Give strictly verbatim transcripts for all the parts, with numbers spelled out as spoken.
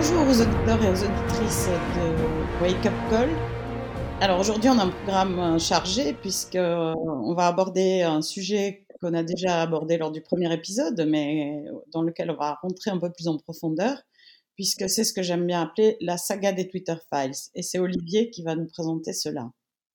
Bonjour aux auditeurs et aux auditrices de Wake Up Call. Alors aujourd'hui, on a un programme chargé puisqu'on va aborder un sujet qu'on a déjà abordé lors du premier épisode, mais dans lequel on va rentrer un peu plus en profondeur, puisque c'est ce que j'aime bien appeler la saga des Twitter Files. Et c'est Olivier qui va nous présenter cela.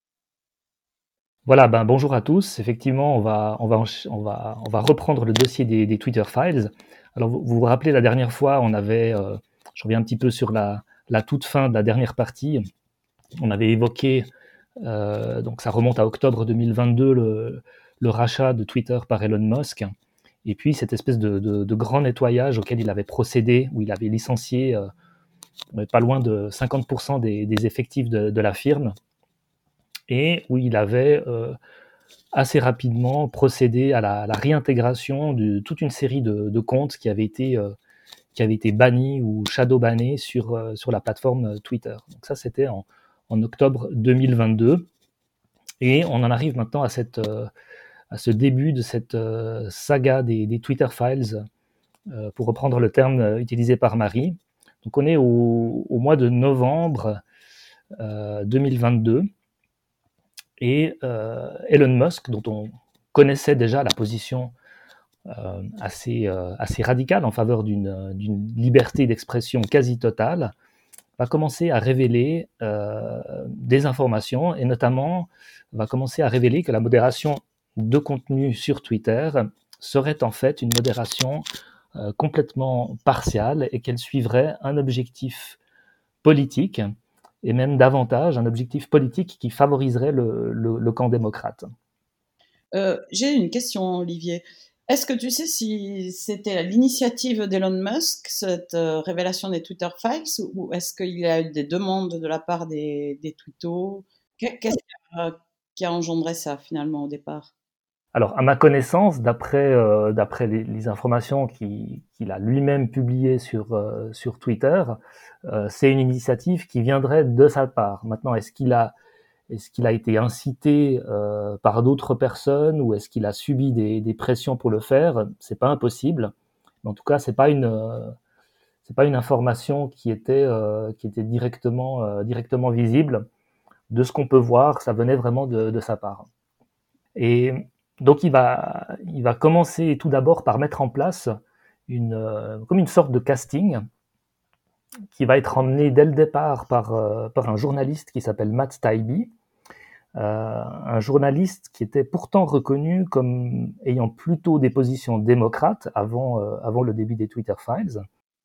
Voilà, ben bonjour à tous. Effectivement, on va, on va, on va, on va reprendre le dossier des, des Twitter Files. Alors, vous vous, vous rappelez, la dernière fois, on avait, euh, je reviens un petit peu sur la, la toute fin de la dernière partie. On avait évoqué, euh, donc ça remonte à octobre deux mille vingt-deux, le, le rachat de Twitter par Elon Musk. Et puis, cette espèce de, de, de grand nettoyage auquel il avait procédé, où il avait licencié euh, pas loin de cinquante pour cent des, des effectifs de, de la firme, et où il avait euh, assez rapidement procédé à la, à la réintégration de toute une série de, de comptes qui avaient été, euh, qui avaient été bannis ou shadow-bannés sur, euh, sur la plateforme Twitter. Donc ça, c'était en, en octobre deux mille vingt-deux. Et on en arrive maintenant à, cette, euh, à ce début de cette euh, saga des, des Twitter Files, euh, pour reprendre le terme euh, utilisé par Marie. Donc on est au, au mois de novembre euh, deux mille vingt-deux. Et euh, Elon Musk, dont on connaissait déjà la position euh, assez, euh, assez radicale en faveur d'une, d'une liberté d'expression quasi totale, va commencer à révéler euh, des informations, et notamment va commencer à révéler que la modération de contenu sur Twitter serait en fait une modération euh, complètement partiale et qu'elle suivrait un objectif politique, et même davantage un objectif politique qui favoriserait le, le, le camp démocrate. Euh, j'ai une question, Olivier. Est-ce que tu sais si c'était l'initiative d'Elon Musk, cette euh, révélation des Twitter Files, ou est-ce qu'il y a eu des demandes de la part des, des twittos? Qu'est-ce qui a, qui a engendré ça finalement au départ? Alors, à ma connaissance, d'après, euh, d'après les, les informations qu'il, qu'il a lui-même publiées sur, euh, sur Twitter, euh, c'est une initiative qui viendrait de sa part. Maintenant, est-ce qu'il a, est-ce qu'il a été incité euh, par d'autres personnes ou est-ce qu'il a subi des, des pressions pour le faire? C'est pas impossible. Mais en tout cas, c'est pas une, euh, c'est pas une information qui était, euh, qui était directement, euh, directement visible. De ce qu'on peut voir, ça venait vraiment de, de sa part. Et donc il va, il va commencer tout d'abord par mettre en place une, euh, comme une sorte de casting qui va être emmené dès le départ par, euh, par un journaliste qui s'appelle Matt Taibbi, euh, un journaliste qui était pourtant reconnu comme ayant plutôt des positions démocrates avant, euh, avant le début des Twitter Files.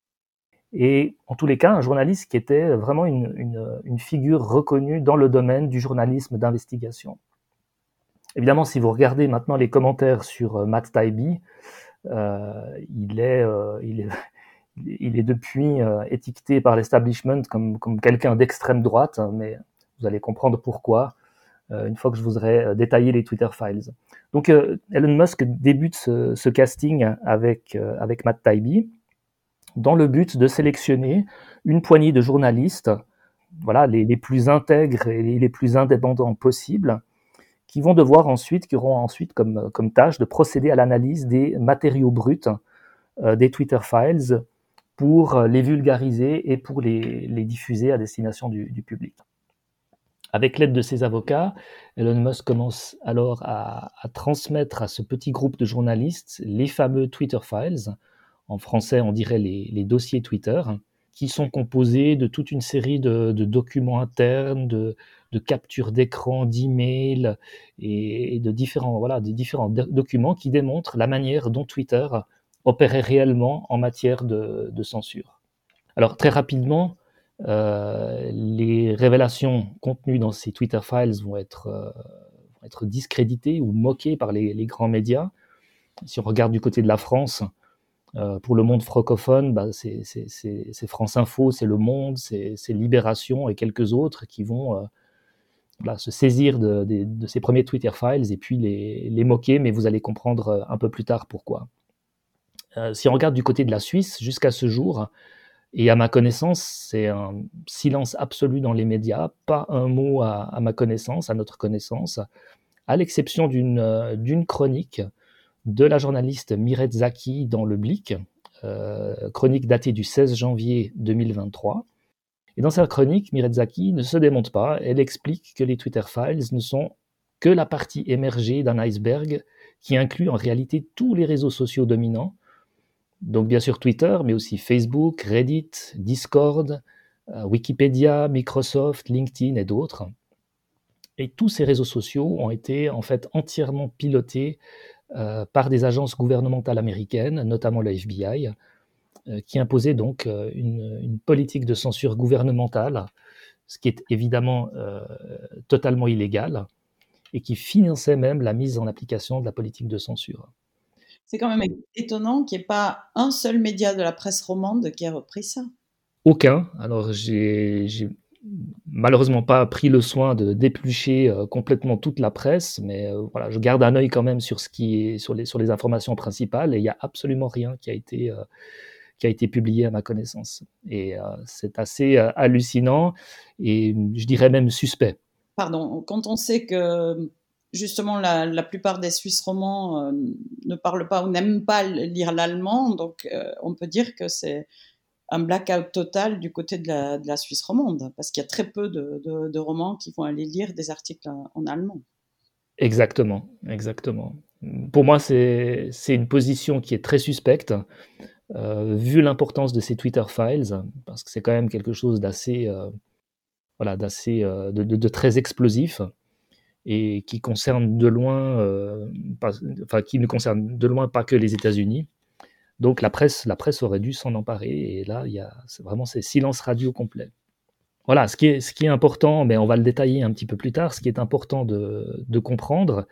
Et en tous les cas, un journaliste qui était vraiment une, une, une figure reconnue dans le domaine du journalisme d'investigation. Évidemment, si vous regardez maintenant les commentaires sur euh, Matt Taibbi, euh, il, est, euh, il, est, il est depuis euh, étiqueté par l'establishment comme, comme quelqu'un d'extrême droite, mais vous allez comprendre pourquoi euh, une fois que je vous aurai détaillé les Twitter Files. Donc euh, Elon Musk débute ce, ce casting avec, euh, avec Matt Taibbi dans le but de sélectionner une poignée de journalistes, voilà, les, les plus intègres et les, les plus indépendants possibles, qui vont devoir ensuite, qui auront ensuite comme, comme tâche de procéder à l'analyse des matériaux bruts euh, des Twitter Files pour les vulgariser et pour les, les diffuser à destination du, du public. Avec l'aide de ses avocats, Elon Musk commence alors à, à transmettre à ce petit groupe de journalistes les fameux Twitter Files. En français, on dirait les, les dossiers Twitter, qui sont composés de toute une série de, de documents internes, de, de captures d'écran, d'emails et, et de différents, voilà, de différents de- documents qui démontrent la manière dont Twitter opérait réellement en matière de, de censure. Alors très rapidement, euh, les révélations contenues dans ces Twitter Files vont être, euh, vont être discréditées ou moquées par les, les grands médias. Si on regarde du côté de la France, euh, pour le monde francophone, bah, c'est, c'est, c'est, c'est France Info, c'est Le Monde, c'est, c'est Libération et quelques autres qui vont euh, bah, se saisir de, de, de ces premiers Twitter Files et puis les, les moquer, mais vous allez comprendre un peu plus tard pourquoi. Euh, si on regarde du côté de la Suisse, jusqu'à ce jour, et à ma connaissance, c'est un silence absolu dans les médias, pas un mot à, à ma connaissance, à notre connaissance, à l'exception d'une, euh, d'une chronique de la journaliste Mireille Zaki dans le Blick, euh, chronique datée du seize janvier deux mille vingt-trois. Et dans cette chronique, Mirezaki ne se démonte pas. Elle explique que les Twitter Files ne sont que la partie émergée d'un iceberg qui inclut en réalité tous les réseaux sociaux dominants. Donc bien sûr Twitter, mais aussi Facebook, Reddit, Discord, euh, Wikipédia, Microsoft, LinkedIn et d'autres. Et tous ces réseaux sociaux ont été en fait entièrement pilotés euh, par des agences gouvernementales américaines, notamment le F B I, euh, qui imposaient donc euh, une, une politique de censure gouvernementale, ce qui est évidemment euh, totalement illégal, et qui finançait même la mise en application de la politique de censure. C'est quand même étonnant qu'il n'y ait pas un seul média de la presse romande qui ait repris ça. Aucun. Alors, j'ai, j'ai malheureusement pas pris le soin de d'éplucher euh, complètement toute la presse, mais euh, voilà, je garde un œil quand même sur ce qui est sur les sur les informations principales, et il n'y a absolument rien qui a été euh, qui a été publié à ma connaissance. Et euh, c'est assez euh, hallucinant et je dirais même suspect. Pardon, quand on sait que justement la, la plupart des Suisses romands euh, ne parlent pas ou n'aiment pas lire l'allemand, donc euh, on peut dire que c'est un blackout total du côté de la, de la Suisse romande, parce qu'il y a très peu de, de, de romans qui vont aller lire des articles en, en allemand. Exactement, exactement. Pour moi, c'est, c'est une position qui est très suspecte, euh, vu l'importance de ces Twitter Files, parce que c'est quand même quelque chose d'assez, euh, voilà, d'assez, euh, de, de, de très explosif, et qui concerne de loin, euh, pas, enfin, qui ne concerne de loin pas que les États-Unis. Donc la presse, la presse aurait dû s'en emparer, et là, il y a c'est vraiment c'est silence radio complet. Voilà, ce qui est, ce qui est important, mais on va le détailler un petit peu plus tard, ce qui est important de, de comprendre,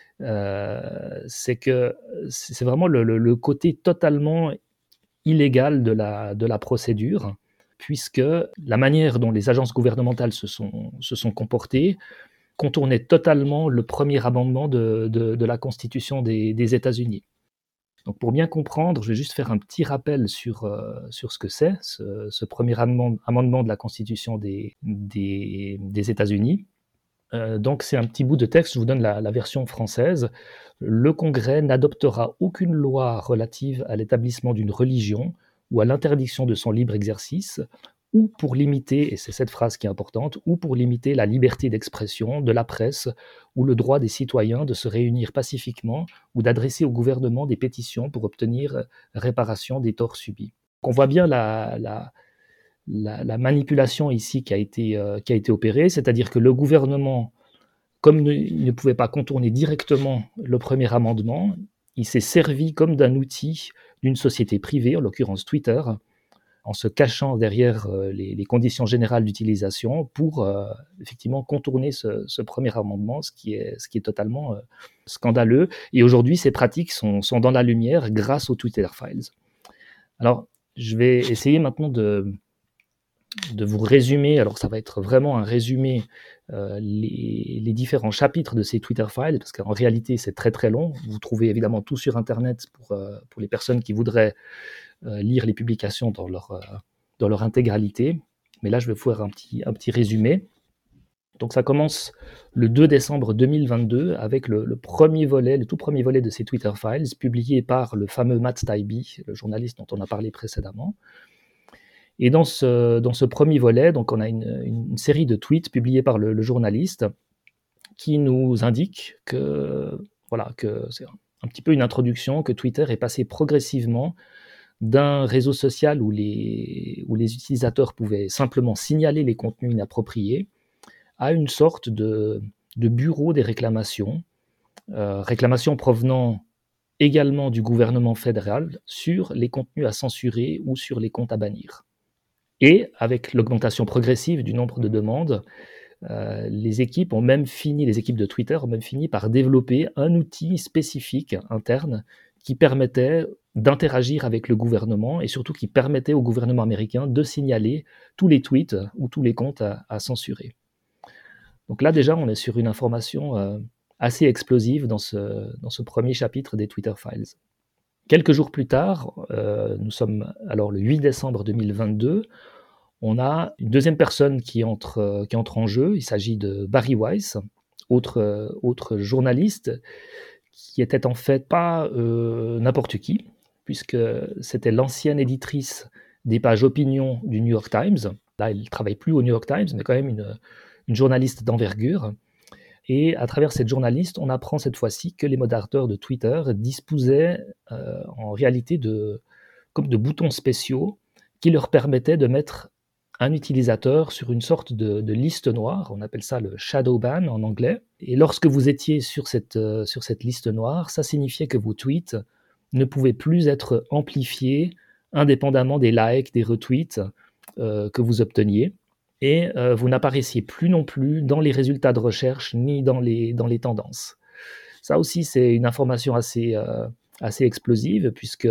euh, c'est que c'est vraiment le, le, le côté totalement illégal de la, de la procédure, puisque la manière dont les agences gouvernementales se sont, se sont comportées contournait totalement le premier amendement de, de, de la Constitution des, des États-Unis. Donc pour bien comprendre, je vais juste faire un petit rappel sur, euh, sur ce que c'est, ce, ce premier amendement, amendement de la Constitution des, des, des États-Unis. Euh, donc c'est un petit bout de texte, je vous donne la, la version française. Le Congrès n'adoptera aucune loi relative à l'établissement d'une religion ou à l'interdiction de son libre exercice, ou pour limiter, et c'est cette phrase qui est importante, ou pour limiter la liberté d'expression, de la presse, ou le droit des citoyens de se réunir pacifiquement ou d'adresser au gouvernement des pétitions pour obtenir réparation des torts subis. On voit bien la, la, la, la manipulation ici qui a été, euh, qui a été opérée, c'est-à-dire que le gouvernement, comme ne, il ne pouvait pas contourner directement le premier amendement, il s'est servi comme d'un outil d'une société privée, en l'occurrence Twitter, en se cachant derrière euh, les, les conditions générales d'utilisation pour euh, effectivement contourner ce, ce premier amendement, ce qui est, ce qui est totalement euh, scandaleux. Et aujourd'hui, ces pratiques sont, sont dans la lumière grâce aux Twitter Files. Alors, je vais essayer maintenant de, de vous résumer, alors ça va être vraiment un résumé, euh, les, les différents chapitres de ces Twitter Files, parce qu'en réalité, c'est très très long. Vous trouvez évidemment tout sur Internet pour, euh, pour les personnes qui voudraient Euh, lire les publications dans leur, euh, dans leur intégralité. Mais là, je vais vous faire un petit, un petit résumé. Donc ça commence le deux décembre deux mille vingt-deux avec le, le premier volet, le tout premier volet de ces Twitter Files, publié par le fameux Matt Taibbi, le journaliste dont on a parlé précédemment. Et dans ce, dans ce premier volet, donc on a une, une série de tweets publiés par le, le journaliste qui nous indique que, voilà, que c'est un petit peu une introduction, que Twitter est passé progressivement d'un réseau social où les, où les utilisateurs pouvaient simplement signaler les contenus inappropriés à une sorte de, de bureau des réclamations, euh, réclamations provenant également du gouvernement fédéral sur les contenus à censurer ou sur les comptes à bannir. Et avec l'augmentation progressive du nombre de demandes, euh, les équipes ont même fini, les équipes de Twitter ont même fini par développer un outil spécifique interne qui permettait d'interagir avec le gouvernement et surtout qui permettait au gouvernement américain de signaler tous les tweets ou tous les comptes à, à censurer. Donc là déjà, on est sur une information euh, assez explosive dans ce, dans ce premier chapitre des Twitter Files. Quelques jours plus tard, euh, nous sommes alors le huit décembre deux mille vingt-deux, on a une deuxième personne qui entre, euh, qui entre en jeu. Il s'agit de Bari Weiss, autre, euh, autre journaliste qui était en fait pas euh, n'importe qui, puisque c'était l'ancienne éditrice des pages opinion du New York Times. Là, elle ne travaille plus au New York Times, mais quand même une, une journaliste d'envergure. Et à travers cette journaliste, on apprend cette fois-ci que les modérateurs de Twitter disposaient euh, en réalité de, comme de boutons spéciaux qui leur permettaient de mettre un utilisateur sur une sorte de, de liste noire, on appelle ça le shadow ban en anglais. Et lorsque vous étiez sur cette, euh, sur cette liste noire, ça signifiait que vos tweets ne pouvaient plus être amplifiés indépendamment des likes, des retweets euh, que vous obteniez. Et euh, vous n'apparaissiez plus non plus dans les résultats de recherche ni dans les, dans les tendances. Ça aussi, c'est une information assez, euh, assez explosive, puisque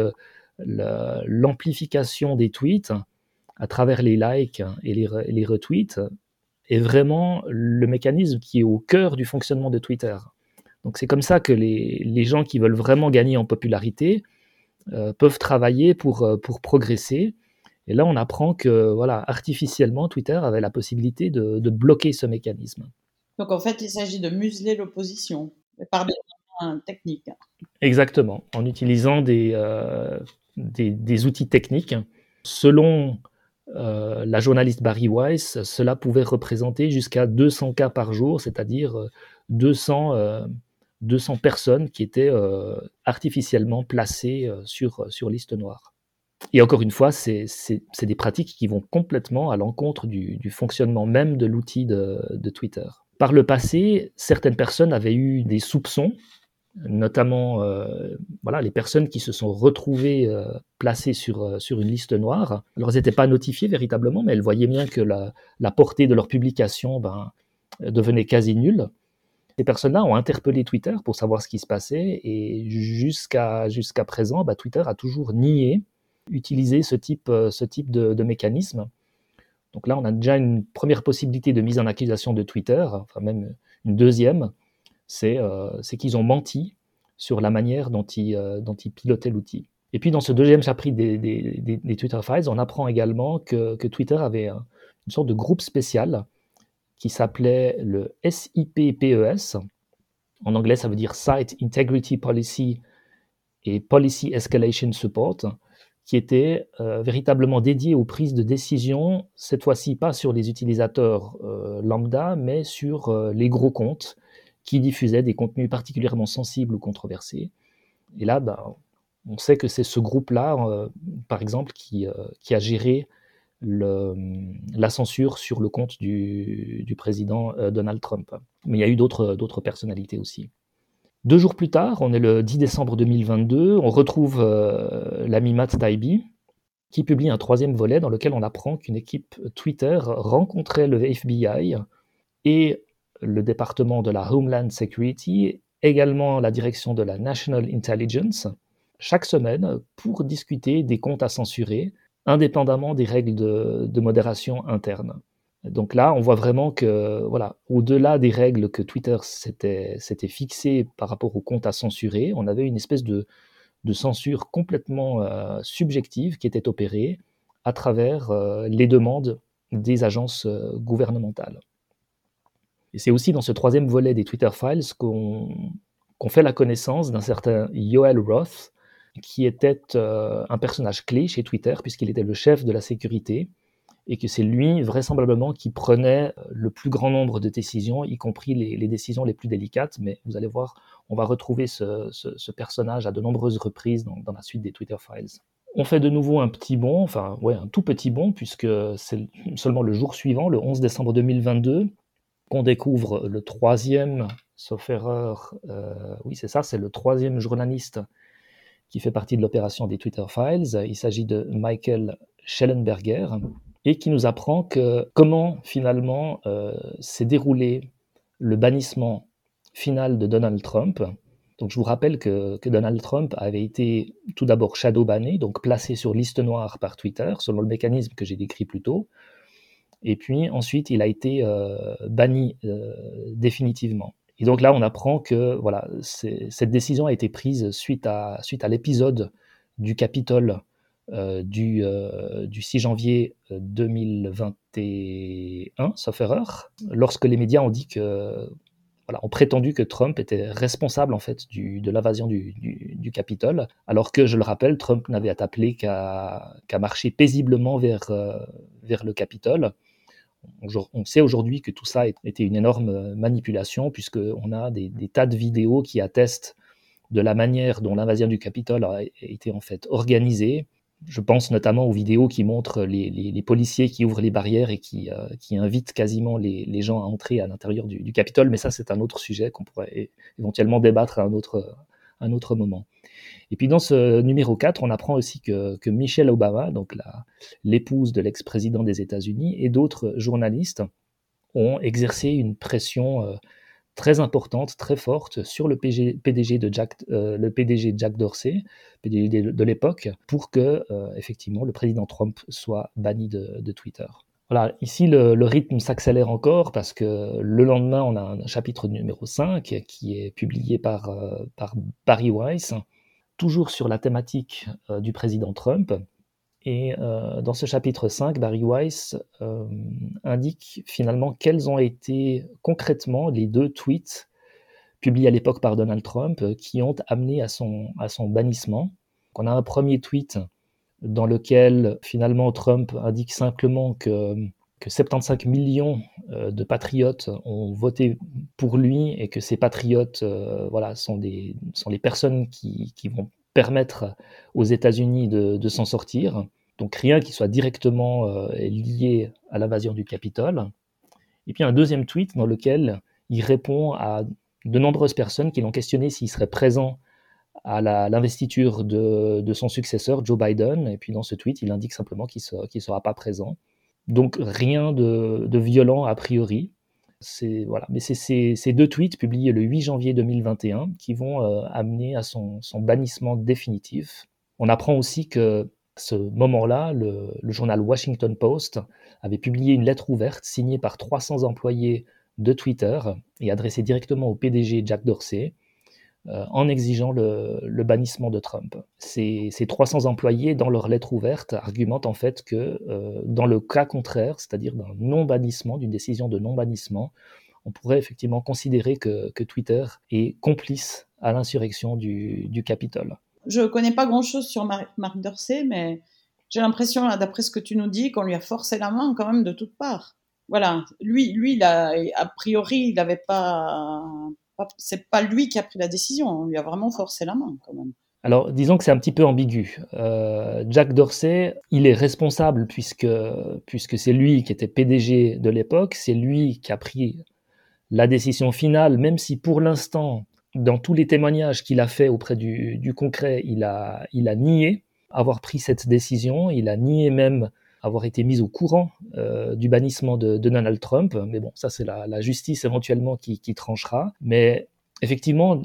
le, l'amplification des tweets à travers les likes et les, les retweets est vraiment le mécanisme qui est au cœur du fonctionnement de Twitter. Donc c'est comme ça que les, les gens qui veulent vraiment gagner en popularité euh, peuvent travailler pour, pour progresser. Et là, on apprend que, voilà, artificiellement, Twitter avait la possibilité de, de bloquer ce mécanisme. Donc, en fait, il s'agit de museler l'opposition par des moyens techniques. Exactement, en utilisant des, euh, des, des outils techniques. Selon euh, la journaliste Bari Weiss, cela pouvait représenter jusqu'à deux cents cas par jour, c'est-à-dire deux cents, euh, deux cents personnes qui étaient euh, artificiellement placées euh, sur, sur liste noire. Et encore une fois, c'est, c'est, c'est des pratiques qui vont complètement à l'encontre du, du fonctionnement même de l'outil de, de Twitter. Par le passé, certaines personnes avaient eu des soupçons, notamment euh, voilà, les personnes qui se sont retrouvées euh, placées sur, euh, sur une liste noire. Alors, elles n'étaient pas notifiées véritablement, mais elles voyaient bien que la, la portée de leur publication ben, devenait quasi nulle. Ces personnes-là ont interpellé Twitter pour savoir ce qui se passait, et jusqu'à, jusqu'à présent, ben, Twitter a toujours nié utiliser ce type, ce type de, de mécanisme. Donc là, on a déjà une première possibilité de mise en accusation de Twitter, enfin même une deuxième, c'est, euh, c'est qu'ils ont menti sur la manière dont ils, euh, dont ils pilotaient l'outil. Et puis dans ce deuxième chapitre des, des, des, des Twitter Files, on apprend également que, que Twitter avait un, une sorte de groupe spécial qui s'appelait le S I P P E S. En anglais, ça veut dire Site Integrity Policy et Policy Escalation Support, qui était euh, véritablement dédié aux prises de décision, cette fois-ci pas sur les utilisateurs euh, lambda, mais sur euh, les gros comptes qui diffusaient des contenus particulièrement sensibles ou controversés. Et là, bah, on sait que c'est ce groupe-là, euh, par exemple, qui, euh, qui a géré le, la censure sur le compte du, du président euh, Donald Trump. Mais il y a eu d'autres, d'autres personnalités aussi. Deux jours plus tard, on est le dix décembre deux mille vingt-deux, on retrouve euh, l'ami Matt Taibbi qui publie un troisième volet dans lequel on apprend qu'une équipe Twitter rencontrait le F B I et le département de la Homeland Security, également la direction de la National Intelligence, chaque semaine pour discuter des comptes à censurer, indépendamment des règles de, de modération interne. Donc là, on voit vraiment que, voilà, au-delà des règles que Twitter s'était, s'était fixées par rapport aux comptes à censurer, on avait une espèce de, de censure complètement euh, subjective qui était opérée à travers euh, les demandes des agences euh, gouvernementales. Et c'est aussi dans ce troisième volet des Twitter Files qu'on, qu'on fait la connaissance d'un certain Yoel Roth, qui était euh, un personnage clé chez Twitter, puisqu'il était le chef de la sécurité, et que c'est lui, vraisemblablement, qui prenait le plus grand nombre de décisions, y compris les, les décisions les plus délicates. Mais vous allez voir, on va retrouver ce, ce, ce personnage à de nombreuses reprises dans, dans la suite des Twitter Files. On fait de nouveau un petit bond, enfin, ouais, un tout petit bond, puisque c'est seulement le jour suivant, le onze décembre deux mille vingt-deux, qu'on découvre le troisième, sauf erreur, euh, oui, c'est ça, c'est le troisième journaliste qui fait partie de l'opération des Twitter Files. Il s'agit de Michael Schellenberger, et qui nous apprend que comment finalement euh, s'est déroulé le bannissement final de Donald Trump. Donc je vous rappelle que, que Donald Trump avait été tout d'abord shadow banné, donc placé sur liste noire par Twitter, selon le mécanisme que j'ai décrit plus tôt. Et puis ensuite, il a été euh, banni euh, définitivement. Et donc là, on apprend que voilà, cette décision a été prise suite à, suite à l'épisode du Capitole euh, du, euh, du six janvier deux mille vingt et un, sauf erreur, lorsque les médias ont dit que voilà, ont prétendu que Trump était responsable en fait du, de l'invasion du, du, du Capitole, alors que, je le rappelle, Trump n'avait appelé qu'à, qu'à marcher paisiblement vers, euh, vers le Capitole. On sait aujourd'hui que tout ça était une énorme manipulation, puisqu'on a des, des tas de vidéos qui attestent de la manière dont l'invasion du Capitole a été en fait organisée. Je pense notamment aux vidéos qui montrent les, les, les policiers qui ouvrent les barrières et qui, euh, qui invitent quasiment les, les gens à entrer à l'intérieur du, du Capitole, mais ça c'est un autre sujet qu'on pourrait éventuellement débattre à un autre, un autre moment. Et puis dans ce numéro quatre, on apprend aussi que, que Michelle Obama, donc la, l'épouse de l'ex-président des États-Unis, et d'autres journalistes ont exercé une pression euh, très importante, très forte sur le P D G de Jack, euh, le P D G Jack Dorsey, P D G de, de l'époque, pour que euh, effectivement le président Trump soit banni de, de Twitter. Voilà, ici le, le rythme s'accélère encore parce que le lendemain on a un chapitre numéro cinq qui est publié par, euh, par Bari Weiss, toujours sur la thématique euh, du président Trump. Et euh, dans ce chapitre cinq, Bari Weiss euh, indique finalement quels ont été concrètement les deux tweets publiés à l'époque par Donald Trump euh, qui ont amené à son, à son bannissement. On a un premier tweet dans lequel finalement Trump indique simplement que, que soixante-quinze millions euh, de patriotes ont voté pour lui et que ces patriotes euh, voilà, sont, des, sont les personnes qui, qui vont permettre aux États-Unis de, de s'en sortir. Donc rien qui soit directement euh, lié à l'invasion du Capitole. Et puis un deuxième tweet dans lequel il répond à de nombreuses personnes qui l'ont questionné s'il serait présent à la, l'investiture de, de son successeur, Joe Biden. Et puis dans ce tweet, il indique simplement qu'il ne qu'il sera pas présent. Donc rien de, de violent a priori. C'est, voilà. Mais c'est ces, ces deux tweets publiés le huit janvier deux mille vingt et un qui vont euh, amener à son, son bannissement définitif. On apprend aussi que à ce moment-là, le, le journal Washington Post avait publié une lettre ouverte signée par trois cents employés de Twitter et adressée directement au P D G Jack Dorsey euh, en exigeant le, le bannissement de Trump. Ces, ces trois cents employés, dans leur lettre ouverte, argumentent en fait que euh, dans le cas contraire, c'est-à-dire d'un non-bannissement, d'une décision de non-bannissement, on pourrait effectivement considérer que, que Twitter est complice à l'insurrection du, du Capitole. Je ne connais pas grand-chose sur Mark Dorsey, mais j'ai l'impression, d'après ce que tu nous dis, qu'on lui a forcé la main quand même de toutes parts. Voilà, lui, lui il a, a priori, il n'avait pas, pas... C'est pas lui qui a pris la décision, on lui a vraiment forcé la main quand même. Alors, disons que c'est un petit peu ambigu. Euh, Jack Dorsey, il est responsable puisque, puisque c'est lui qui était P D G de l'époque, c'est lui qui a pris la décision finale, même si pour l'instant, dans tous les témoignages qu'il a fait auprès du, du Congrès, il a, il a nié avoir pris cette décision, il a nié même avoir été mis au courant euh, du bannissement de, de Donald Trump, mais bon, ça c'est la, la justice éventuellement qui, qui tranchera. Mais effectivement,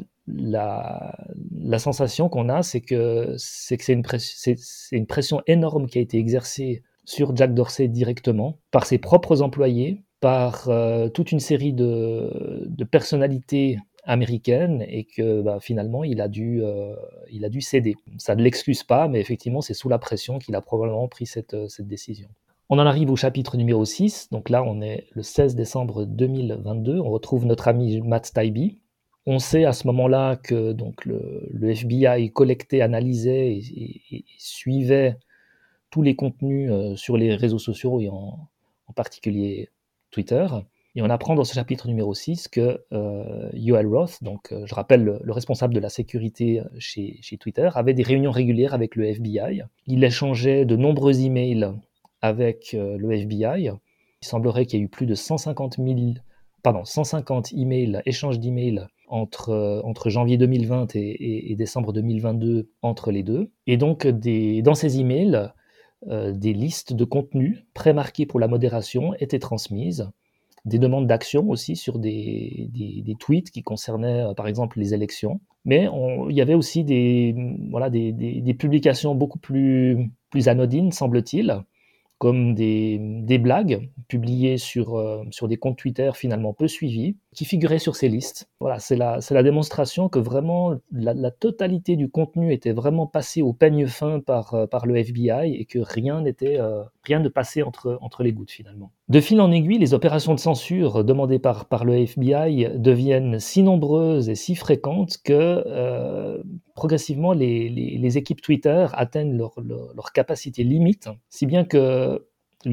la, la sensation qu'on a, c'est que c'est, que c'est, une pression, c'est, c'est une pression énorme qui a été exercée sur Jack Dorsey directement, par ses propres employés, par euh, toute une série de, de personnalités américaines, et que bah, finalement il a, dû, euh, il a dû céder. Ça ne l'excuse pas, mais effectivement c'est sous la pression qu'il a probablement pris cette, cette décision. On en arrive au chapitre numéro six, donc là on est le seize décembre deux mille vingt-deux, on retrouve notre ami Matt Taibbi. On sait à ce moment-là que donc, le, le F B I collectait, analysait et, et, et suivait tous les contenus euh, sur les réseaux sociaux, et en, en particulier Twitter. Et on apprend dans ce chapitre numéro six que euh, Yoel Roth, donc euh, je rappelle le, le responsable de la sécurité chez, chez Twitter, avait des réunions régulières avec le F B I. Il échangeait de nombreux emails avec euh, le F B I. Il semblerait qu'il y ait eu plus de cent cinquante mille, pardon, cent cinquante emails, échanges d'emails entre, euh, entre janvier deux mille vingt et, et, et décembre deux mille vingt-deux, entre les deux. Et donc, des, dans ces emails, euh, des listes de contenus prémarqués pour la modération étaient transmises. Des demandes d'action aussi sur des, des, des tweets qui concernaient euh, par exemple les élections. Mais on, il y avait aussi des, voilà, des, des, des publications beaucoup plus, plus anodines, semble-t-il, comme des, des blagues publiées sur, euh, sur des comptes Twitter finalement peu suivis, qui figuraient sur ces listes. Voilà, c'est la, c'est la démonstration que vraiment la, la totalité du contenu était vraiment passé au peigne fin par, euh, par le F B I, et que rien n'était, euh, rien ne passait entre, entre les gouttes finalement. De fil en aiguille, les opérations de censure demandées par, par le F B I deviennent si nombreuses et si fréquentes que euh, progressivement les, les, les équipes Twitter atteignent leur, leur, leur capacité limite, si bien que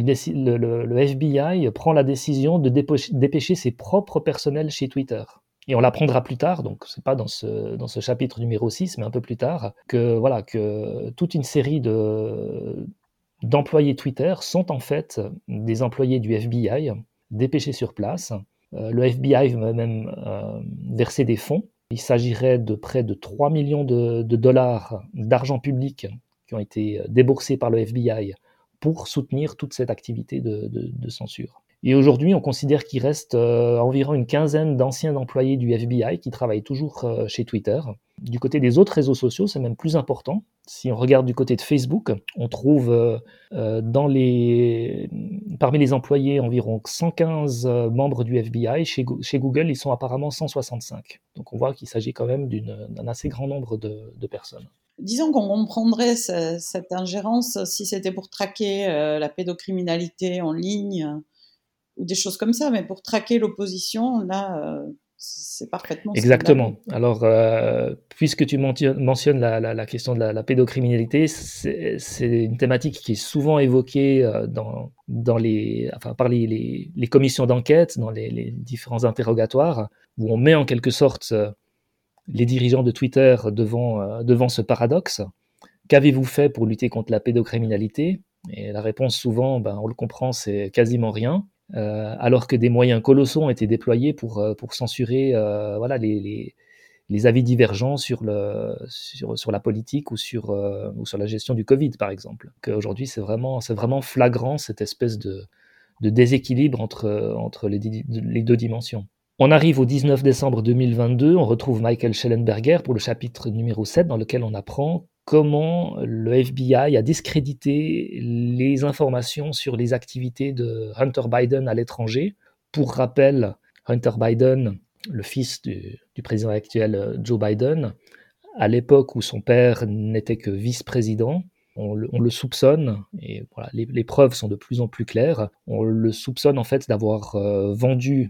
le, le, le F B I prend la décision de dépêcher, dépêcher ses propres personnels chez Twitter. Et on l'apprendra plus tard, donc c'est pas dans ce, dans ce chapitre numéro six, mais un peu plus tard, que, voilà, que toute une série de, d'employés Twitter sont en fait des employés du F B I dépêchés sur place. Euh, le F B I va même euh, verser des fonds. Il s'agirait de près de trois millions de, de dollars d'argent public qui ont été déboursés par le F B I pour soutenir toute cette activité de, de, de censure. Et aujourd'hui, on considère qu'il reste euh, environ une quinzaine d'anciens employés du F B I qui travaillent toujours euh, chez Twitter. Du côté des autres réseaux sociaux, c'est même plus important. Si on regarde du côté de Facebook, on trouve euh, euh, dans les... parmi les employés environ cent quinze euh, membres du F B I. Chez, chez Google, ils sont apparemment cent soixante-cinq. Donc on voit qu'il s'agit quand même d'une, d'un assez grand nombre de, de personnes. Disons qu'on comprendrait ce, cette ingérence si c'était pour traquer euh, la pédocriminalité en ligne euh, ou des choses comme ça, mais pour traquer l'opposition, là, euh, c'est parfaitement Exactement. scandaleux. Alors, euh, puisque tu mentionnes la, la, la question de la, la pédocriminalité, c'est, c'est une thématique qui est souvent évoquée euh, dans, dans les, enfin, par les, les, les commissions d'enquête, dans les, les différents interrogatoires, où on met en quelque sorte euh, les dirigeants de Twitter devant, euh, devant ce paradoxe. Qu'avez-vous fait pour lutter contre la pédocriminalité ? Et la réponse, souvent, ben, on le comprend, c'est quasiment rien. Euh, alors que des moyens colossaux ont été déployés pour, pour censurer euh, voilà, les, les, les avis divergents sur, le, sur, sur la politique ou sur, euh, ou sur la gestion du Covid, par exemple. Qu'aujourd'hui, c'est vraiment, c'est vraiment flagrant, cette espèce de, de déséquilibre entre, entre les, les deux dimensions. On arrive au dix-neuf décembre deux mille vingt-deux, on retrouve Michael Shellenberger pour le chapitre numéro sept, dans lequel on apprend comment le F B I a discrédité les informations sur les activités de Hunter Biden à l'étranger. Pour rappel, Hunter Biden, le fils du, du président actuel Joe Biden, à l'époque où son père n'était que vice-président, on le, on le soupçonne, et voilà, les, les preuves sont de plus en plus claires, on le soupçonne en fait d'avoir euh, vendu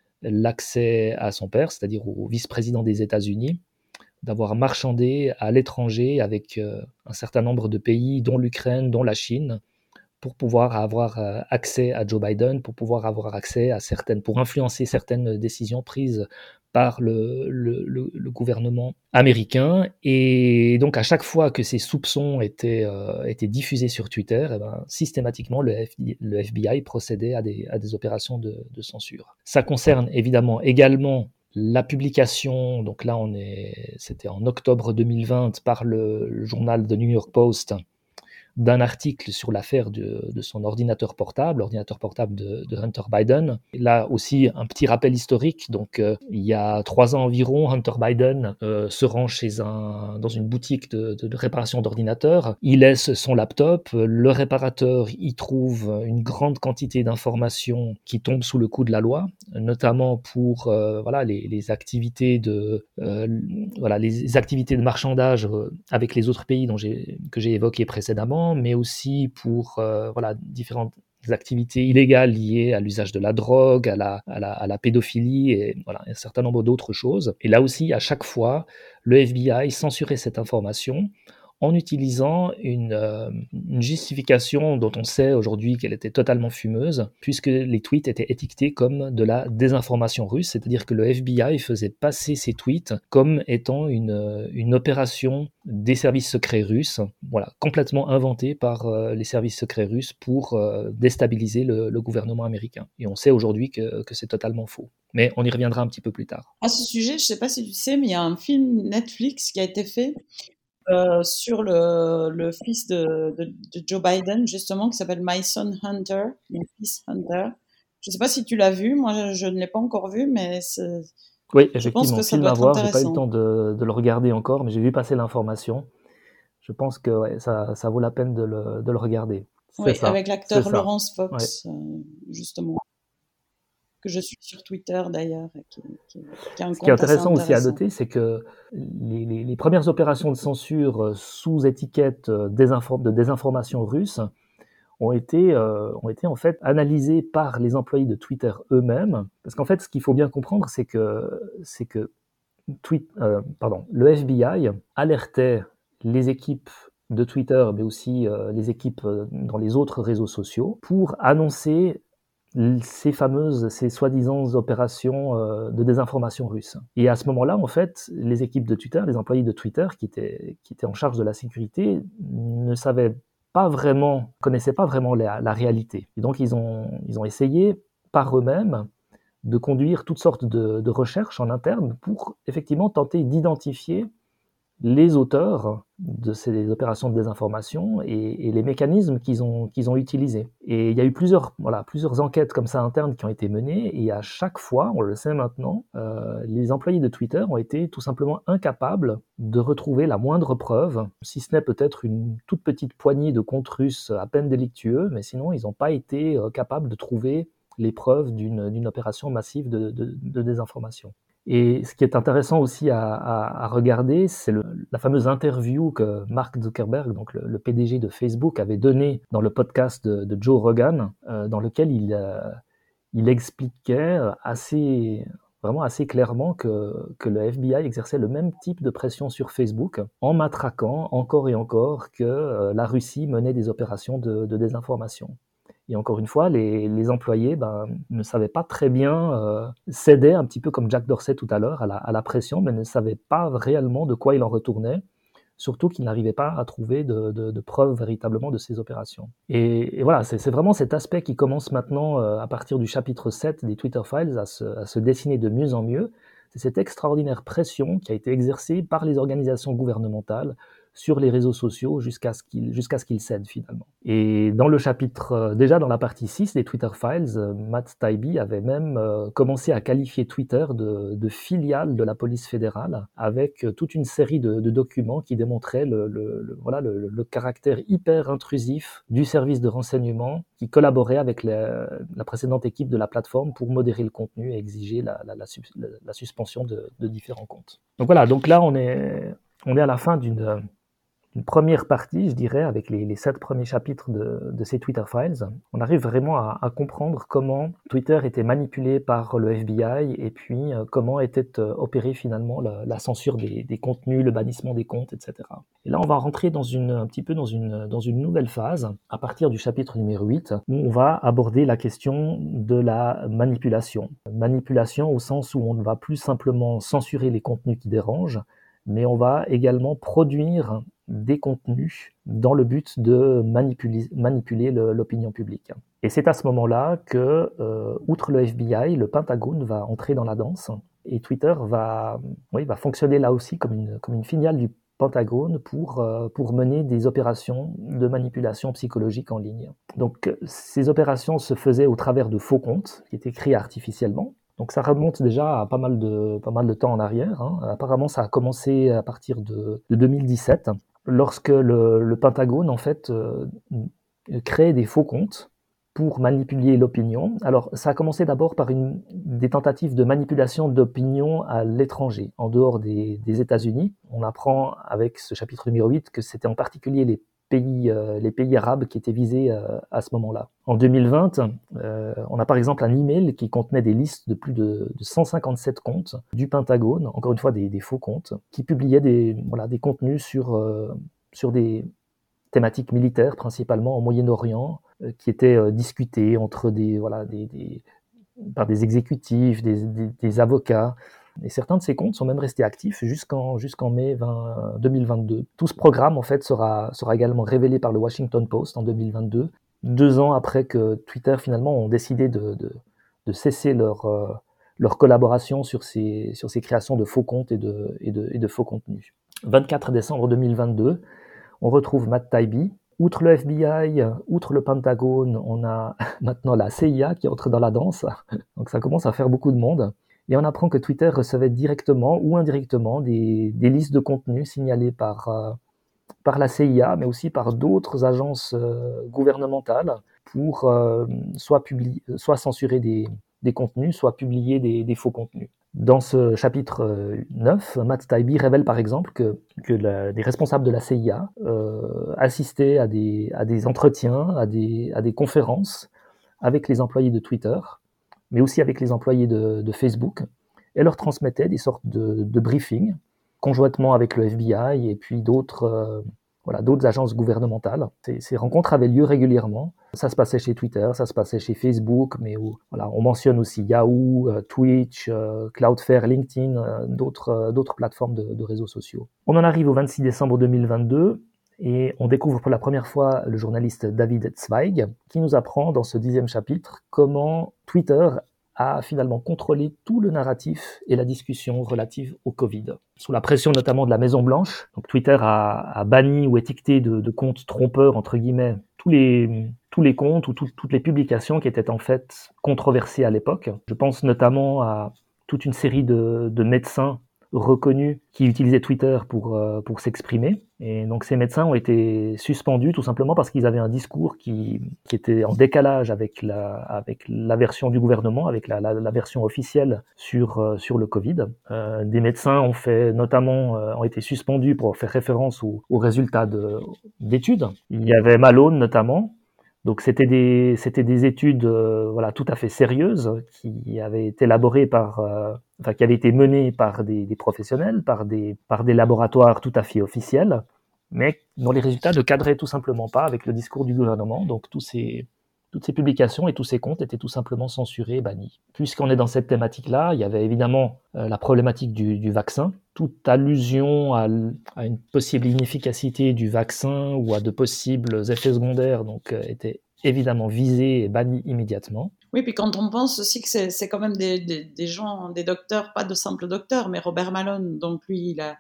l'accès à son père, c'est-à-dire au vice-président des États-Unis, d'avoir marchandé à l'étranger avec euh, un certain nombre de pays, dont l'Ukraine, dont la Chine, pour pouvoir avoir euh, accès à Joe Biden, pour pouvoir avoir accès à certaines, pour influencer certaines décisions prises par le, le, le, le gouvernement américain. Et donc à chaque fois que ces soupçons étaient, euh, étaient diffusés sur Twitter, eh ben, systématiquement le, F, le F B I procédait à des, à des opérations de, de censure. Ça concerne évidemment également la publication, donc là on est, c'était en octobre deux mille vingt, par le, le journal The New York Post, d'un article sur l'affaire de, de son ordinateur portable, l'ordinateur portable de, de Hunter Biden. Et là aussi, un petit rappel historique. Donc, euh, il y a trois ans environ, Hunter Biden euh, se rend chez un, dans une boutique de, de, de réparation d'ordinateurs. Il laisse son laptop. Le réparateur y trouve une grande quantité d'informations qui tombent sous le coup de la loi, notamment pour euh, voilà, les, les activités de euh, voilà, les activités de marchandage avec les autres pays dont j'ai, que j'ai évoqués précédemment, mais aussi pour euh, voilà, différentes activités illégales liées à l'usage de la drogue, à la, à la, à la pédophilie et voilà, un certain nombre d'autres choses. Et là aussi, à chaque fois, le F B I censurait cette information en utilisant une, euh, une justification dont on sait aujourd'hui qu'elle était totalement fumeuse, puisque les tweets étaient étiquetés comme de la désinformation russe, c'est-à-dire que le F B I faisait passer ces tweets comme étant une, une opération des services secrets russes, voilà, complètement inventée par euh, les services secrets russes pour euh, déstabiliser le, le gouvernement américain. Et on sait aujourd'hui que, que c'est totalement faux. Mais on y reviendra un petit peu plus tard. À ce sujet, je ne sais pas si tu sais, mais il y a un film Netflix qui a été fait Euh, sur le, le fils de, de, de Joe Biden, justement, qui s'appelle My Son Hunter, mon fils Hunter. Je ne sais pas si tu l'as vu, moi je, je ne l'ai pas encore vu, mais c'est, oui, je pense effectivement, que ça film doit à être voir, j'ai pas eu le intéressant. temps de, de le regarder encore, mais j'ai vu passer l'information. Je pense que ouais, ça, ça vaut la peine de le, de le regarder. C'est Oui, ça, avec c'est l'acteur ça. Laurence Ouais. Fox, euh, justement, que je suis sur Twitter d'ailleurs, et qui, qui, qui a un Ce qui est compte assez intéressant aussi à intéressant. noter, c'est que les, les, les premières opérations de censure sous étiquette désinform- de désinformation russe ont été, euh, ont été en fait analysés par les employés de Twitter eux-mêmes. Parce qu'en fait, ce qu'il faut bien comprendre, c'est que, c'est que tweet, euh, pardon, le F B I alertait les équipes de Twitter, mais aussi euh, les équipes euh, dans les autres réseaux sociaux, pour annoncer ces fameuses, ces soi-disant opérations euh, de désinformation russe. Et à ce moment-là, en fait, les équipes de Twitter, les employés de Twitter qui étaient, qui étaient en charge de la sécurité, ne savaient pas vraiment, connaissaient pas vraiment la, la réalité. Et donc, ils ont, ils ont essayé par eux-mêmes de conduire toutes sortes de, de recherches en interne pour effectivement tenter d'identifier les auteurs de ces opérations de désinformation et, et les mécanismes qu'ils ont, qu'ils ont utilisés. Et il y a eu plusieurs, voilà, plusieurs enquêtes comme ça internes qui ont été menées, et à chaque fois, on le sait maintenant, euh, les employés de Twitter ont été tout simplement incapables de retrouver la moindre preuve, si ce n'est peut-être une toute petite poignée de comptes russes à peine délictueux, mais sinon ils n'ont pas été euh, capables de trouver les preuves d'une, d'une opération massive de, de, de désinformation. Et ce qui est intéressant aussi à, à, à regarder, c'est le, la fameuse interview que Mark Zuckerberg, donc le, le P D G de Facebook, avait donnée dans le podcast de, de Joe Rogan, euh, dans lequel il, euh, il expliquait assez, vraiment assez clairement que, que le F B I exerçait le même type de pression sur Facebook, en matraquant encore et encore que euh, la Russie menait des opérations de, de désinformation. Et encore une fois, les, les employés ben, ne savaient pas très bien, euh, cédaient un petit peu comme Jack Dorsey tout à l'heure à la, à la pression, mais ne savaient pas réellement de quoi il en retournait, surtout qu'ils n'arrivaient pas à trouver de, de, de preuves véritablement de ces opérations. Et, et voilà, c'est, c'est vraiment cet aspect qui commence maintenant, euh, à partir du chapitre sept des Twitter Files, à se, à se dessiner de mieux en mieux. C'est cette extraordinaire pression qui a été exercée par les organisations gouvernementales sur les réseaux sociaux jusqu'à ce qu'ils jusqu'à ce qu'ils cèdent finalement. Et dans le chapitre, euh, déjà dans la partie six des Twitter Files, euh, Matt Taibbi avait même euh, commencé à qualifier Twitter de, de filiale de la police fédérale, avec euh, toute une série de, de documents qui démontraient le, le, le, voilà, le, le caractère hyper intrusif du service de renseignement qui collaborait avec la, la précédente équipe de la plateforme pour modérer le contenu et exiger la, la, la, la, la suspension de, de différents comptes. Donc voilà, donc là on est, on est à la fin d'une une première partie, je dirais, avec les, les sept premiers chapitres de, de ces Twitter Files. On arrive vraiment à, à comprendre comment Twitter était manipulé par le F B I et puis euh, comment était euh, opérée finalement la, la censure des, des contenus, le bannissement des comptes, et cetera. Et là, on va rentrer dans une, un petit peu dans une, dans une nouvelle phase à partir du chapitre numéro huit où on va aborder la question de la manipulation. Manipulation au sens où on ne va plus simplement censurer les contenus qui dérangent, mais on va également produire des contenus dans le but de manipuler, manipuler le, l'opinion publique. Et c'est à ce moment-là que, euh, outre le F B I, le Pentagone va entrer dans la danse, et Twitter va, oui, va fonctionner là aussi comme une, comme une filiale du Pentagone pour, euh, pour mener des opérations de manipulation psychologique en ligne. Donc ces opérations se faisaient au travers de faux comptes qui étaient créés artificiellement. Donc ça remonte déjà à pas mal de, pas mal de temps en arrière. Hein. Apparemment, ça a commencé à partir de, de deux mille dix-sept, lorsque le, le Pentagone, en fait, euh, crée des faux comptes pour manipuler l'opinion. Alors, ça a commencé d'abord par une, des tentatives de manipulation d'opinion à l'étranger, en dehors des, des États-Unis. On apprend avec ce chapitre numéro huit que c'était en particulier les Pays, euh, les pays arabes qui étaient visés euh, à ce moment-là. En deux mille vingt, euh, on a par exemple un email qui contenait des listes de plus de, de cent cinquante-sept comptes du Pentagone, encore une fois des, des faux comptes, qui publiaient des, voilà, des contenus sur, euh, sur des thématiques militaires, principalement au Moyen-Orient, euh, qui étaient euh, discutés entre des, voilà, des, des, par des exécutifs, des, des, des avocats. Et certains de ces comptes sont même restés actifs jusqu'en, jusqu'en mai deux mille vingt-deux. Tout ce programme, en fait, sera, sera également révélé par le Washington Post en deux mille vingt-deux, deux ans après que Twitter, finalement, ont décidé de, de, de cesser leur, euh, leur collaboration sur ces, sur ces créations de faux comptes et de, et de, et de faux contenus. vingt-quatre décembre deux mille vingt-deux, on retrouve Matt Taibbi. Outre le F B I, outre le Pentagone, on a maintenant la C I A qui entre dans la danse. Donc ça commence à faire beaucoup de monde. Et on apprend que Twitter recevait directement ou indirectement des, des listes de contenus signalés par, euh, par la C I A, mais aussi par d'autres agences euh, gouvernementales pour euh, soit, publier, soit censurer des, des contenus, soit publier des, des faux contenus. Dans ce chapitre euh, neuf, Matt Taibbi révèle par exemple que, que la, des responsables de la C I A euh, assistaient à des, à des entretiens, à des, à des conférences avec les employés de Twitter, mais aussi avec les employés de, de Facebook, et leur transmettaient des sortes de, de briefings, conjointement avec le F B I et puis d'autres euh, voilà, d'autres agences gouvernementales. Ces, ces rencontres avaient lieu régulièrement. Ça se passait chez Twitter, ça se passait chez Facebook, mais où, voilà, on mentionne aussi Yahoo, euh, Twitch, euh, Cloudflare, LinkedIn, euh, d'autres, euh, d'autres plateformes de, de réseaux sociaux. On en arrive au vingt-six décembre deux mille vingt-deux et on découvre pour la première fois le journaliste David Zweig qui nous apprend dans ce dixième chapitre comment Twitter a finalement contrôlé tout le narratif et la discussion relative au Covid. Sous la pression notamment de la Maison-Blanche, donc Twitter a, a banni ou étiqueté de, de comptes trompeurs, entre guillemets, tous les, tous les comptes ou tout, toutes les publications qui étaient en fait controversées à l'époque. Je pense notamment à toute une série de, de médecins reconnus qui utilisaient Twitter pour, euh, pour s'exprimer. Et donc ces médecins ont été suspendus tout simplement parce qu'ils avaient un discours qui, qui était en décalage avec la, avec la version du gouvernement, avec la, la, la version officielle sur, euh, sur le Covid. Euh, des médecins ont fait notamment euh, ont été suspendus pour faire référence aux, aux résultats de, d'études. Il y avait Malone notamment. Donc c'était des, c'était des études euh, voilà, tout à fait sérieuses qui avaient été élaborées par, euh, enfin qui avaient été menées par des, des professionnels, par des, par des laboratoires tout à fait officiels, mais dont les résultats ne cadraient tout simplement pas avec le discours du gouvernement. Donc tous ces, toutes ces publications et tous ces comptes étaient tout simplement censurés, bannis. Puisqu'on est dans cette thématique-là, il y avait évidemment euh, la problématique du, du vaccin. Toute allusion à, à une possible inefficacité du vaccin ou à de possibles effets secondaires donc, euh, était évidemment visée et bannie immédiatement. Oui, puis quand on pense aussi que c'est, c'est quand même des, des, des gens, des docteurs, pas de simples docteurs, mais Robert Malone, donc lui, il a,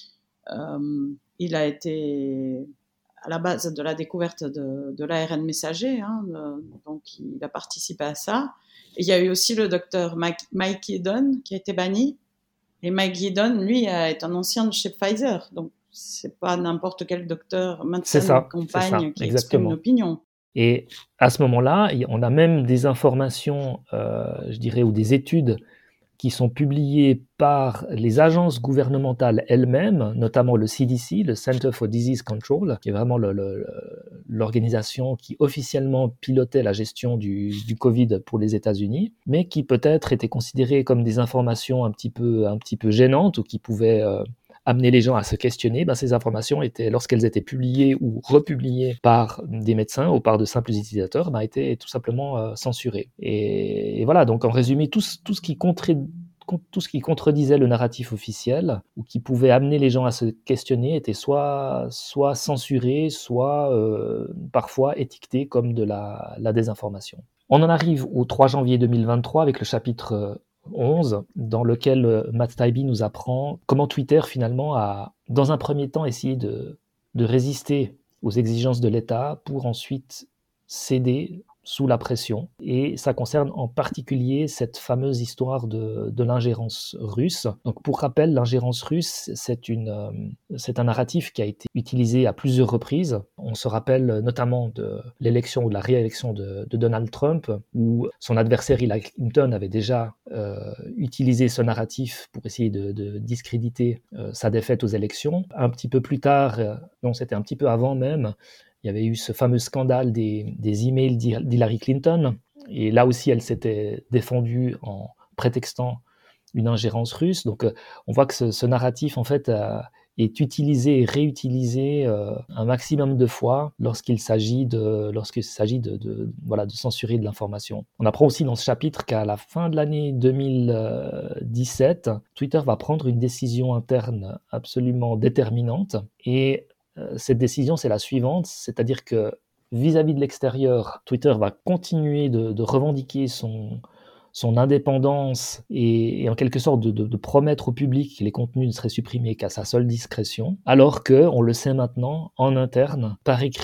euh, il a été à la base de la découverte de, de l'A R N messager, hein, de, donc il a participé à ça. Et il y a eu aussi le docteur Mike, Mike Yeadon qui a été banni. Et Mike Yeadon, lui, est un ancien de chez Pfizer, donc c'est pas n'importe quel docteur, médecin C'est ça, de campagne qui exactement. exprime une opinion. Et à ce moment-là, on a même des informations, euh, je dirais, ou des études qui sont publiées par les agences gouvernementales elles-mêmes, notamment le C D C, le Center for Disease Control, qui est vraiment le, le, l'organisation qui officiellement pilotait la gestion du, du Covid pour les États-Unis, mais qui peut-être étaient considérées comme des informations un petit peu, un petit peu gênantes ou qui pouvaient euh, amener les gens à se questionner. Ben, ces informations, étaient, lorsqu'elles étaient publiées ou republiées par des médecins ou par de simples utilisateurs, ben, étaient tout simplement euh, censurées. Et, et voilà, donc en résumé, tout, tout ce qui contrait tout ce qui contredisait le narratif officiel ou qui pouvait amener les gens à se questionner était soit, soit censuré, soit euh, parfois étiqueté comme de la, la désinformation. On en arrive au trois janvier deux mille vingt-trois avec le chapitre onze, dans lequel Matt Taibbi nous apprend comment Twitter finalement a, dans un premier temps, essayé de, de résister aux exigences de l'État pour ensuite céder sous la pression. Et ça concerne en particulier cette fameuse histoire de, de l'ingérence russe. Donc pour rappel, l'ingérence russe, c'est, une, euh, c'est un narratif qui a été utilisé à plusieurs reprises. On se rappelle notamment de l'élection ou de la réélection de, de Donald Trump, où son adversaire Hillary Clinton avait déjà euh, utilisé ce narratif pour essayer de, de discréditer euh, sa défaite aux élections. Un petit peu plus tard, euh, non, c'était un petit peu avant même, il y avait eu ce fameux scandale des, des emails d'Hillary Clinton. Et là aussi, elle s'était défendue en prétextant une ingérence russe. Donc, euh, on voit que ce, ce narratif, en fait, euh, est utilisé et réutilisé euh, un maximum de fois lorsqu'il s'agit de, lorsqu'il s'agit de, de, voilà, de censurer de l'information. On apprend aussi dans ce chapitre qu'à la fin de l'année deux mille dix-sept, Twitter va prendre une décision interne absolument déterminante. Et cette décision, c'est la suivante, c'est-à-dire que vis-à-vis de l'extérieur, Twitter va continuer de, de revendiquer son, son indépendance et, et en quelque sorte de, de, de promettre au public que les contenus ne seraient supprimés qu'à sa seule discrétion, alors que, on le sait maintenant, en interne, par écrit,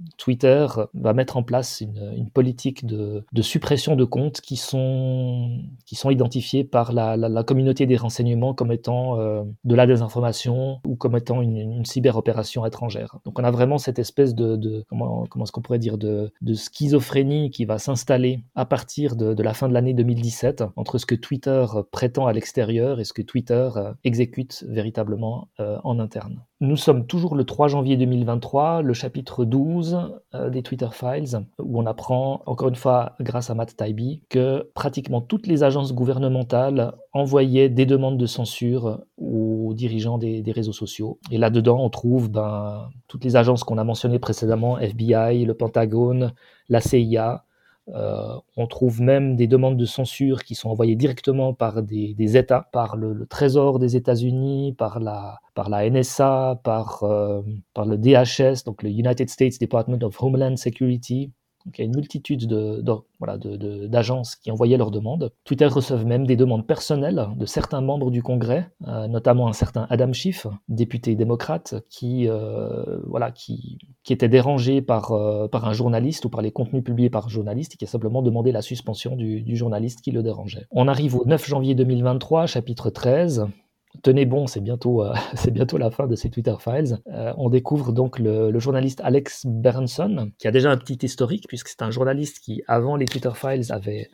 Twitter va mettre en place une, une politique de, de suppression de comptes qui sont, qui sont identifiés par la, la, la communauté des renseignements comme étant euh, de la désinformation ou comme étant une, une cyberopération étrangère. Donc on a vraiment cette espèce de, de comment, comment est-ce qu'on pourrait dire, de, de schizophrénie qui va s'installer à partir de, de la fin de l'année deux mille dix-sept entre ce que Twitter prétend à l'extérieur et ce que Twitter euh, exécute véritablement euh, en interne. Nous sommes toujours le trois janvier deux mille vingt-trois, le chapitre douze euh, des Twitter Files, où on apprend, encore une fois grâce à Matt Taibbi, que pratiquement toutes les agences gouvernementales envoyaient des demandes de censure aux dirigeants des, des réseaux sociaux. Et là-dedans, on trouve ben, toutes les agences qu'on a mentionnées précédemment, F B I, le Pentagone, la C I A. Euh, on trouve même des demandes de censure qui sont envoyées directement par des, des États, par le, le Trésor des États-Unis, par la, par la N S A, par, euh, par le D H S, donc le United States Department of Homeland Security. Donc il y a une multitude de, de, voilà, de, de, d'agences qui envoyaient leurs demandes. Twitter reçoit même des demandes personnelles de certains membres du Congrès, euh, notamment un certain Adam Schiff, député démocrate, qui, euh, voilà, qui, qui était dérangé par, euh, par un journaliste ou par les contenus publiés par un journaliste et qui a simplement demandé la suspension du, du journaliste qui le dérangeait. On arrive au neuf janvier deux mille vingt-trois, chapitre treize. Tenez bon, c'est bientôt, euh, c'est bientôt la fin de ces Twitter Files. Euh, on découvre donc le, le journaliste Alex Berenson, qui a déjà un petit historique, puisque c'est un journaliste qui, avant les Twitter Files, avait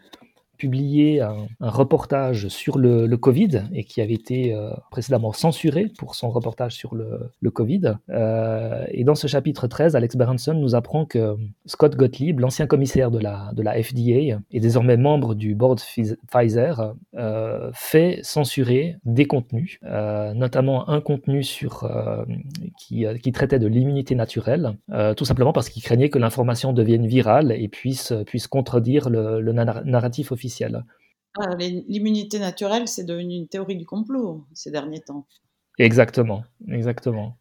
publié un, un reportage sur le, le Covid et qui avait été euh, précédemment censuré pour son reportage sur le, le Covid. Euh, et dans ce chapitre treize, Alex Berenson nous apprend que Scott Gottlieb, l'ancien commissaire de la, de la F D A et désormais membre du board Pfizer, euh, fait censurer des contenus, euh, notamment un contenu sur, euh, qui, euh, qui traitait de l'immunité naturelle, euh, tout simplement parce qu'il craignait que l'information devienne virale et puisse, puisse contredire le, le narratif officiel. Ah, l'immunité naturelle, c'est devenu une théorie du complot ces derniers temps. Exactement, exactement.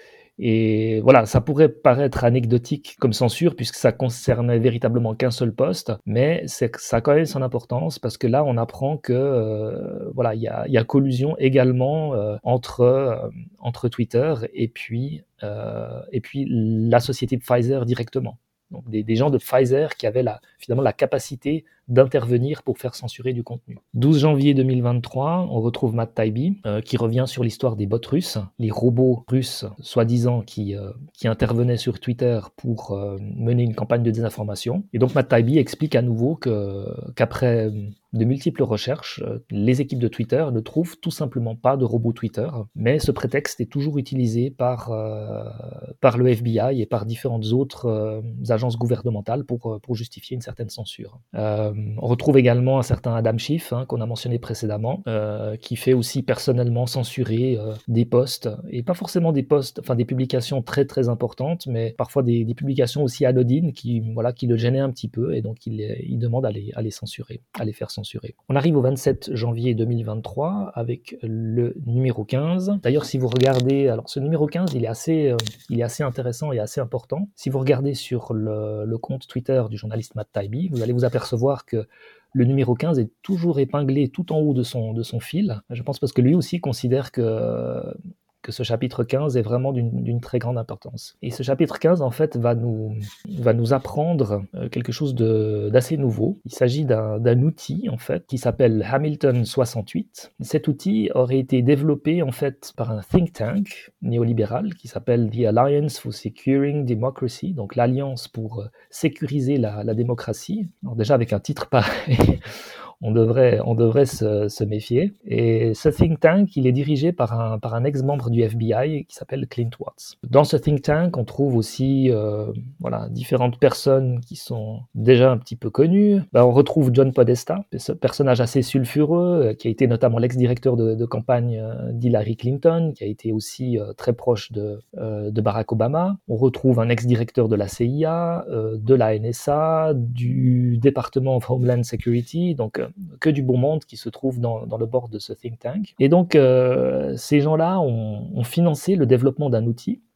Et voilà, ça pourrait paraître anecdotique comme censure puisque ça concernait véritablement qu'un seul poste, mais c'est, ça a quand même son importance parce que là, on apprend que euh, voilà, il y a, y a collusion également euh, entre euh, entre Twitter et puis euh, et puis la société Pfizer directement. Donc des, des gens de Pfizer qui avaient la, finalement la capacité d'intervenir pour faire censurer du contenu. douze janvier deux mille vingt-trois, on retrouve Matt Taibbi euh, qui revient sur l'histoire des bots russes, les robots russes soi-disant qui, euh, qui intervenaient sur Twitter pour euh, mener une campagne de désinformation. Et donc Matt Taibbi explique à nouveau que, qu'après de multiples recherches, les équipes de Twitter ne trouvent tout simplement pas de robots Twitter, mais ce prétexte est toujours utilisé par, euh, par le F B I et par différentes autres euh, agences gouvernementales pour, pour justifier une certaine censure. Euh, on retrouve également un certain Adam Schiff, hein, qu'on a mentionné précédemment, euh, qui fait aussi personnellement censurer euh, des posts, et pas forcément des posts, enfin des publications très très importantes, mais parfois des, des publications aussi anodines qui, voilà, qui le gênaient un petit peu, et donc il, il demande à les, à les censurer, à les faire censurer. On arrive au vingt-sept janvier deux mille vingt-trois avec le numéro quinze. D'ailleurs, si vous regardez, alors ce numéro quinze, il est assez, euh, il est assez intéressant et assez important. Si vous regardez sur le, le compte Twitter du journaliste Matt Taibbi, vous allez vous apercevoir que le numéro quinze est toujours épinglé tout en haut de son, de son fil. Je pense parce que lui aussi considère que que ce chapitre quinze est vraiment d'une, d'une très grande importance. Et ce chapitre quinze, en fait, va nous, va nous apprendre quelque chose de, d'assez nouveau. Il s'agit d'un, d'un outil, en fait, qui s'appelle Hamilton soixante-huit. Cet outil aurait été développé, en fait, par un think tank néolibéral qui s'appelle The Alliance for Securing Democracy, donc l'Alliance pour sécuriser la, la démocratie. Alors déjà, avec un titre pareil, on devrait, on devrait se, se méfier. Et ce think tank, il est dirigé par un, par un ex-membre du F B I qui s'appelle Clint Watts. Dans ce think tank, on trouve aussi euh, voilà, différentes personnes qui sont déjà un petit peu connues. Ben, on retrouve John Podesta, ce personnage assez sulfureux, qui a été notamment l'ex-directeur de, de campagne d'Hillary Clinton, qui a été aussi euh, très proche de, euh, de Barack Obama. On retrouve un ex-directeur de la C I A, euh, de la N S A, du Department of Homeland Security, donc que du bon monde qui se trouve dans, dans le board de ce think tank. Et donc, euh, ces gens-là ont, ont financé le développement d'un outil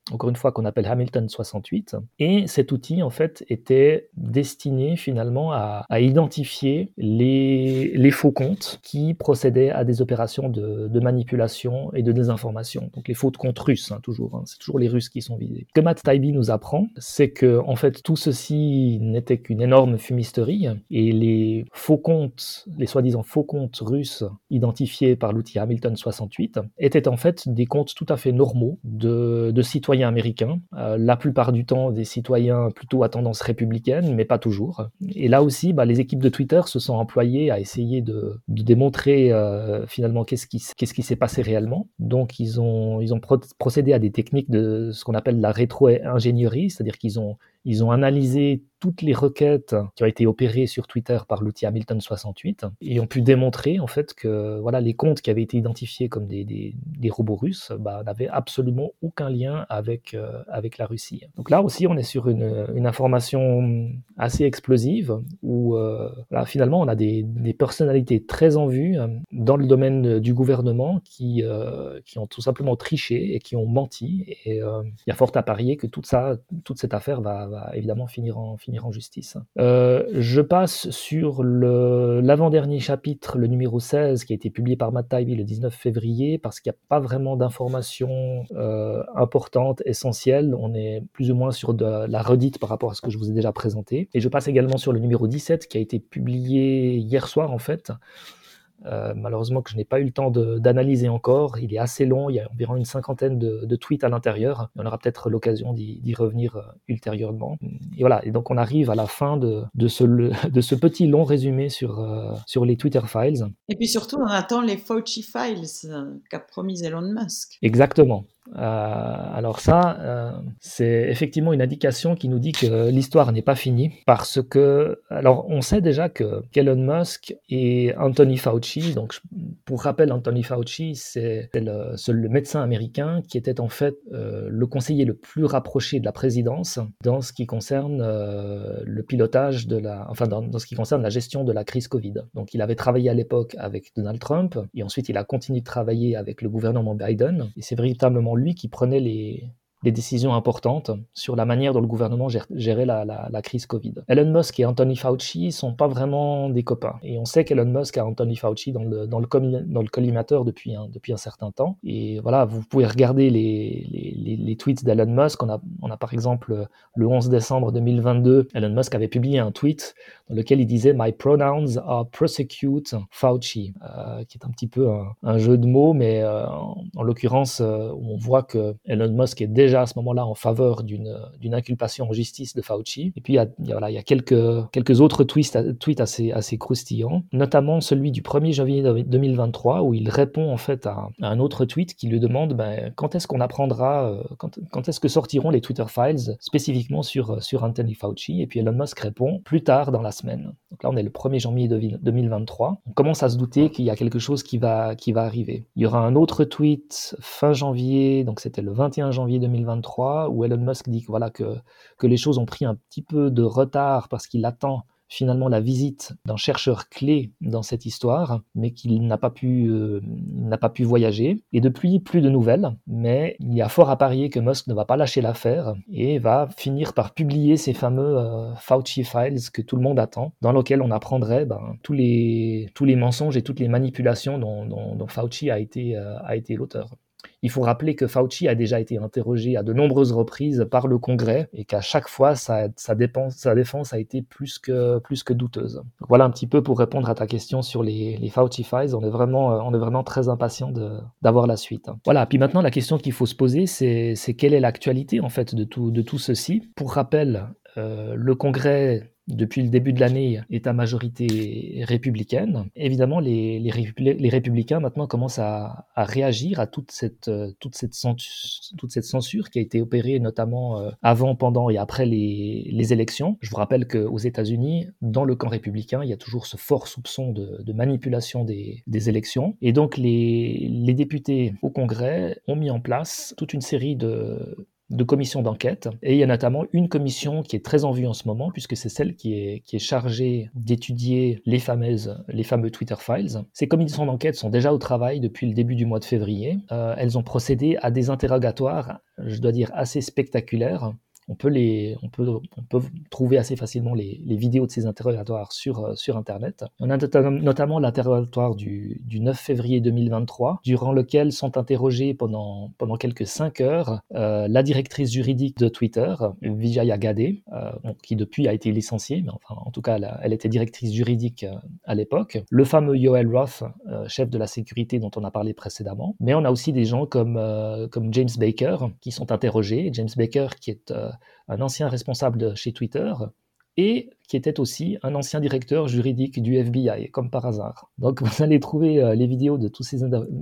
encore une fois, qu'on appelle Hamilton soixante-huit. Et cet outil, en fait, était destiné finalement à, à identifier les, les faux comptes qui procédaient à des opérations de, de manipulation et de désinformation. Donc les faux comptes russes, hein, toujours. Hein, c'est toujours les Russes qui sont visés. Ce que Matt Taibbi nous apprend, c'est que, en fait, tout ceci n'était qu'une énorme fumisterie et les faux comptes, les soi-disant faux comptes russes identifiés par l'outil Hamilton soixante-huit étaient en fait des comptes tout à fait normaux de, de citoyens américains, euh, la plupart du temps des citoyens plutôt à tendance républicaine, mais pas toujours. Et là aussi, bah, les équipes de Twitter se sont employées à essayer de, de démontrer euh, finalement qu'est-ce qui, qu'est-ce qui s'est passé réellement. Donc ils ont, ils ont pro- procédé à des techniques de ce qu'on appelle la rétro-ingénierie, c'est-à-dire qu'ils ont, ils ont analysé toutes les requêtes qui ont été opérées sur Twitter par l'outil Hamilton soixante-huit et ont pu démontrer en fait que voilà, les comptes qui avaient été identifiés comme des, des, des robots russes bah, n'avaient absolument aucun lien avec, euh, avec la Russie. Donc là aussi, on est sur une, une information assez explosive où euh, là, finalement, on a des, des personnalités très en vue euh, dans le domaine du gouvernement qui, euh, qui ont tout simplement triché et qui ont menti. Et euh, il y a fort à parier que toute, ça, toute cette affaire va, va évidemment finir en, finir en justice. Euh, je passe sur le, l'avant-dernier chapitre, le numéro seize, qui a été publié par Matt Taibbi le dix-neuf février, parce qu'il n'y a pas vraiment d'informations euh, importantes, essentielles. On est plus ou moins sur de la redite par rapport à ce que je vous ai déjà présenté. Et je passe également sur le numéro dix-sept, qui a été publié hier soir, en fait. Euh, malheureusement que je n'ai pas eu le temps de, d'analyser encore. Il est assez long, il y a environ une cinquantaine de, de tweets à l'intérieur. On aura peut-être l'occasion d'y, d'y revenir euh, ultérieurement. Et voilà, et donc on arrive à la fin de, de, ce, de ce petit long résumé sur, euh, sur les Twitter Files. Et puis surtout, on attend les Fauci Files euh, qu'a promis Elon Musk. Exactement. Euh, alors ça, euh, c'est effectivement une indication qui nous dit que l'histoire n'est pas finie parce que, alors on sait déjà que qu'Elon Musk et Anthony Fauci, donc pour rappel, Anthony Fauci, c'est le, c'est le médecin américain qui était en fait euh, le conseiller le plus rapproché de la présidence dans ce qui concerne euh, le pilotage de la, enfin dans, dans ce qui concerne la gestion de la crise Covid. Donc il avait travaillé à l'époque avec Donald Trump et ensuite il a continué de travailler avec le gouvernement Biden et c'est véritablement lui qui prenait les, les décisions importantes sur la manière dont le gouvernement gérait la, la, la crise Covid. Elon Musk et Anthony Fauci ne sont pas vraiment des copains. Et on sait qu'Elon Musk a Anthony Fauci dans le, dans le, commun, dans le collimateur depuis un, depuis un certain temps. Et voilà, vous pouvez regarder les, les, les, les tweets d'Elon Musk. On a, on a par exemple, le onze décembre deux mille vingt-deux, Elon Musk avait publié un tweet dans lequel il disait « My pronouns are prosecute Fauci euh, », qui est un petit peu un, un jeu de mots, mais euh, en, en l'occurrence, euh, on voit que Elon Musk est déjà à ce moment-là en faveur d'une, d'une inculpation en justice de Fauci. Et puis il y a, il y a, voilà, il y a quelques, quelques autres tweets, tweets assez, assez croustillants, notamment celui du premier janvier deux mille vingt-trois où il répond en fait à, à un autre tweet qui lui demande ben, quand est-ce qu'on apprendra, euh, quand, quand est-ce que sortiront les Twitter Files spécifiquement sur, sur Anthony Fauci. Et puis Elon Musk répond plus tard dans la semaine. Donc là on est le premier janvier deux mille vingt-trois. On commence à se douter qu'il y a quelque chose qui va, qui va arriver. Il y aura un autre tweet fin janvier, donc c'était le vingt et un janvier deux mille vingt-trois, où Elon Musk dit que, voilà, que, que les choses ont pris un petit peu de retard parce qu'il attend finalement la visite d'un chercheur clé dans cette histoire, mais qu'il n'a pas pu, euh, n'a pas pu voyager. Et depuis, plus de nouvelles, mais il y a fort à parier que Musk ne va pas lâcher l'affaire et va finir par publier ces fameux euh, Fauci Files que tout le monde attend, dans lesquels on apprendrait ben, tous, les, tous les mensonges et toutes les manipulations dont, dont, dont Fauci a été, euh, a été l'auteur. Il faut rappeler que Fauci a déjà été interrogé à de nombreuses reprises par le Congrès et qu'à chaque fois, sa, sa, dépense, sa défense a été plus que, plus que douteuse. Donc voilà un petit peu pour répondre à ta question sur les, les Fauci Files. On est vraiment, on est vraiment très impatient de, d'avoir la suite. Voilà. Puis maintenant, la question qu'il faut se poser, c'est, c'est quelle est l'actualité en fait de tout, de tout ceci. Pour rappel, euh, le Congrès, depuis le début de l'année, est à majorité républicaine. Évidemment, les, les, les républicains maintenant commencent à, à réagir à toute cette, toute, cette censure, toute cette censure qui a été opérée notamment avant, pendant et après les, les élections. Je vous rappelle qu'aux États-Unis, dans le camp républicain, il y a toujours ce fort soupçon de, de manipulation des, des élections. Et donc, les, les députés au Congrès ont mis en place toute une série de de commissions d'enquête. Et il y a notamment une commission qui est très en vue en ce moment, puisque c'est celle qui est, qui est chargée d'étudier les fameuses, les fameux Twitter Files. Ces commissions d'enquête sont déjà au travail depuis le début du mois de février. Euh, elles ont procédé à des interrogatoires, je dois dire, assez spectaculaires. On peut, les, on, peut, on peut trouver assez facilement les, les vidéos de ces interrogatoires sur, euh, sur Internet. On a notamment l'interrogatoire du, du neuf février deux mille vingt-trois, durant lequel sont interrogés pendant, pendant quelques cinq heures euh, la directrice juridique de Twitter, Vijaya Gadde, euh, bon, qui depuis a été licenciée, mais enfin, en tout cas, elle, elle était directrice juridique euh, à l'époque. Le fameux Yoel Roth, euh, chef de la sécurité dont on a parlé précédemment. Mais on a aussi des gens comme, euh, comme James Baker qui sont interrogés. James Baker qui est euh, un ancien responsable de chez Twitter et qui était aussi un ancien directeur juridique du F B I, comme par hasard. Donc vous allez trouver euh, les vidéos de tous ces,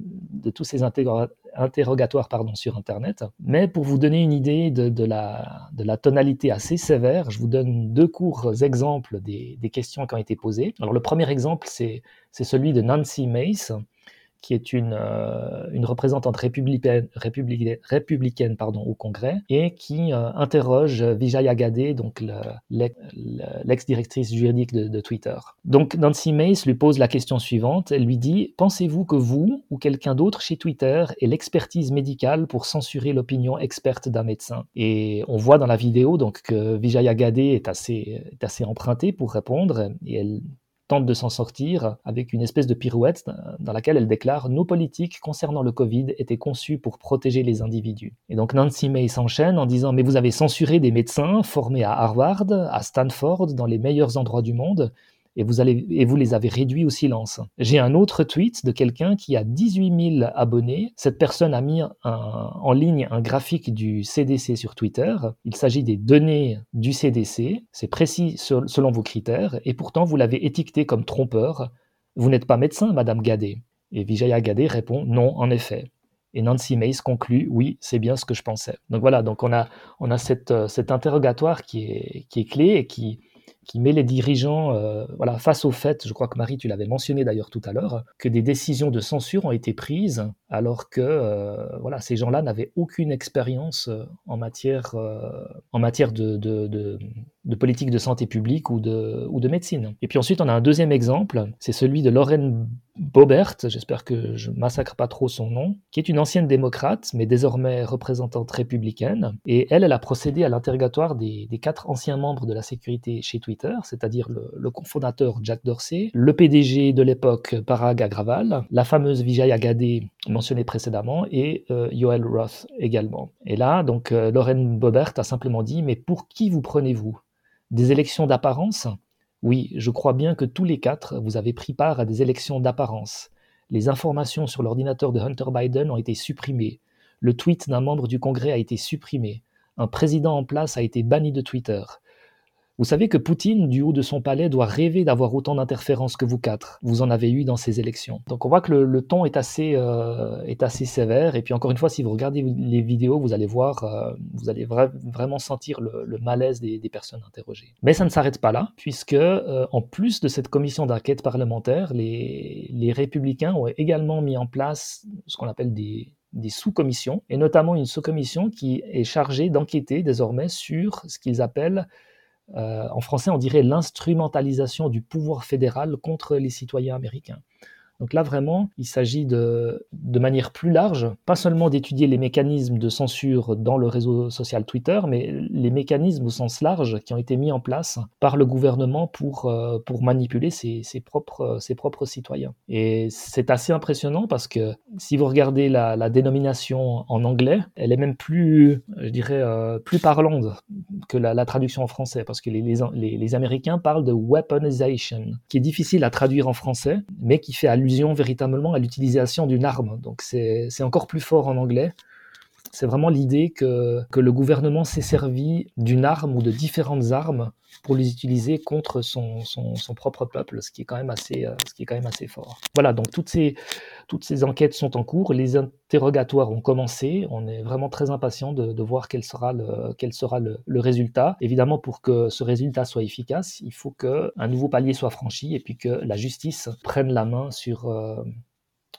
de tous ces interro- interrogatoires pardon, sur Internet. Mais pour vous donner une idée de, de, la, de la tonalité assez sévère, je vous donne deux courts exemples des, des questions qui ont été posées. Alors le premier exemple, c'est, c'est celui de Nancy Mace, qui est une, euh, une représentante républicaine, républicaine, républicaine pardon, au Congrès, et qui euh, interroge Vijaya Gadde, donc le, le, l'ex-directrice juridique de, de Twitter. Donc Nancy Mace lui pose la question suivante, elle lui dit « Pensez-vous que vous ou quelqu'un d'autre chez Twitter ait l'expertise médicale pour censurer l'opinion experte d'un médecin ?» Et on voit dans la vidéo donc, que Vijaya Gadde est assez, est assez empruntée pour répondre, et elle tente de s'en sortir avec une espèce de pirouette dans laquelle elle déclare « Nos politiques concernant le Covid étaient conçues pour protéger les individus ». Et donc Nancy Mace s'enchaîne en disant « Mais vous avez censuré des médecins formés à Harvard, à Stanford, dans les meilleurs endroits du monde, et vous, allez, et vous les avez réduits au silence. » J'ai un autre tweet de quelqu'un qui a dix-huit mille abonnés. Cette personne a mis un, en ligne un graphique du C D C sur Twitter. Il s'agit des données du C D C. C'est précis selon vos critères. Et pourtant, vous l'avez étiqueté comme trompeur. Vous n'êtes pas médecin, Madame Gadde. Et Vijaya Gadde répond non, en effet. Et Nancy Mace conclut, oui, c'est bien ce que je pensais. Donc voilà, donc on a, on a cette, cet interrogatoire qui est, qui est clé et qui, qui met les dirigeants euh, voilà, face au fait, je crois que Marie, tu l'avais mentionné d'ailleurs tout à l'heure, que des décisions de censure ont été prises alors que euh, voilà, ces gens-là n'avaient aucune expérience euh, en matière, euh, en matière de, de, de, de politique de santé publique ou de, ou de médecine. Et puis ensuite, on a un deuxième exemple, c'est celui de Lauren Boebert, j'espère que je massacre pas trop son nom, qui est une ancienne démocrate, mais désormais représentante républicaine. Et elle, elle a procédé à l'interrogatoire des, des quatre anciens membres de la sécurité chez Twitter, c'est-à-dire le, le cofondateur Jack Dorsey, le P D G de l'époque Parag Agrawal, la fameuse Vijaya Gadde mentionnée précédemment, et euh, Yoel Roth également. Et là, donc, euh, Lauren Boebert a simplement dit « Mais pour qui vous prenez-vous ? Des élections d'apparence ? Oui, je crois bien que tous les quatre, vous avez pris part à des élections d'apparence. Les informations sur l'ordinateur de Hunter Biden ont été supprimées. Le tweet d'un membre du Congrès a été supprimé. Un président en place a été banni de Twitter. Vous savez que Poutine, du haut de son palais, doit rêver d'avoir autant d'interférences que vous quatre. Vous en avez eu dans ces élections. » Donc on voit que le, le ton est assez, euh, est assez sévère. Et puis encore une fois, si vous regardez les vidéos, vous allez voir, euh, vous allez vra- vraiment sentir le, le malaise des, des personnes interrogées. Mais ça ne s'arrête pas là, puisque euh, en plus de cette commission d'enquête parlementaire, les, les républicains ont également mis en place ce qu'on appelle des des sous-commissions, et notamment une sous-commission qui est chargée d'enquêter désormais sur ce qu'ils appellent Euh, en français, on dirait l'instrumentalisation du pouvoir fédéral contre les citoyens américains. Donc là, vraiment, il s'agit de, de manière plus large, pas seulement d'étudier les mécanismes de censure dans le réseau social Twitter, mais les mécanismes au sens large qui ont été mis en place par le gouvernement pour, euh, pour manipuler ses, ses, propres, ses propres citoyens. Et c'est assez impressionnant parce que si vous regardez la, la dénomination en anglais, elle est même plus, je dirais, euh, plus parlante que la, la traduction en français, parce que les, les, les Américains parlent de weaponization, qui est difficile à traduire en français, mais qui fait allusion véritablement à l'utilisation d'une arme. Donc c'est, c'est encore plus fort en anglais. C'est vraiment l'idée que, que le gouvernement s'est servi d'une arme ou de différentes armes pour les utiliser contre son, son, son propre peuple, ce qui est quand même assez, euh, ce qui est quand même assez fort. Voilà, donc toutes ces, toutes ces enquêtes sont en cours, les interrogatoires ont commencé, on est vraiment très impatient de, de voir quel sera, le, quel sera le, le résultat. Évidemment, pour que ce résultat soit efficace, il faut qu'un nouveau palier soit franchi et puis que la justice prenne la main sur... Euh,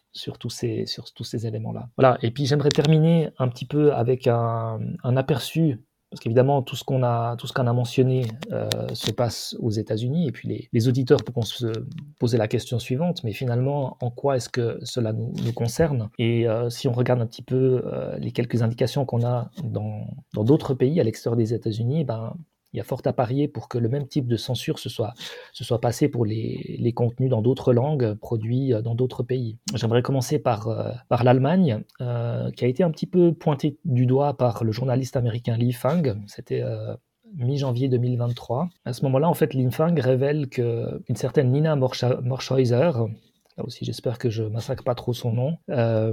sur tous ces, sur tous ces éléments-là. Voilà. Et puis j'aimerais terminer un petit peu avec un, un aperçu, parce qu'évidemment tout ce qu'on a, tout ce qu'on a mentionné euh, se passe aux États-Unis, et puis les, les auditeurs pourront se poser la question suivante, mais finalement en quoi est-ce que cela nous, nous concerne? Et euh, si on regarde un petit peu euh, les quelques indications qu'on a dans, dans d'autres pays à l'extérieur des États-Unis, ben il y a fort à parier pour que le même type de censure se soit, se soit passé pour les, les contenus dans d'autres langues produits dans d'autres pays. J'aimerais commencer par, euh, par l'Allemagne, euh, qui a été un petit peu pointée du doigt par le journaliste américain Li Fang. C'était euh, mi-janvier deux mille vingt-trois. À ce moment-là, en fait, Li Fang révèle qu'une certaine Nina Morschhäuser, là aussi j'espère que je massacre pas trop son nom, euh,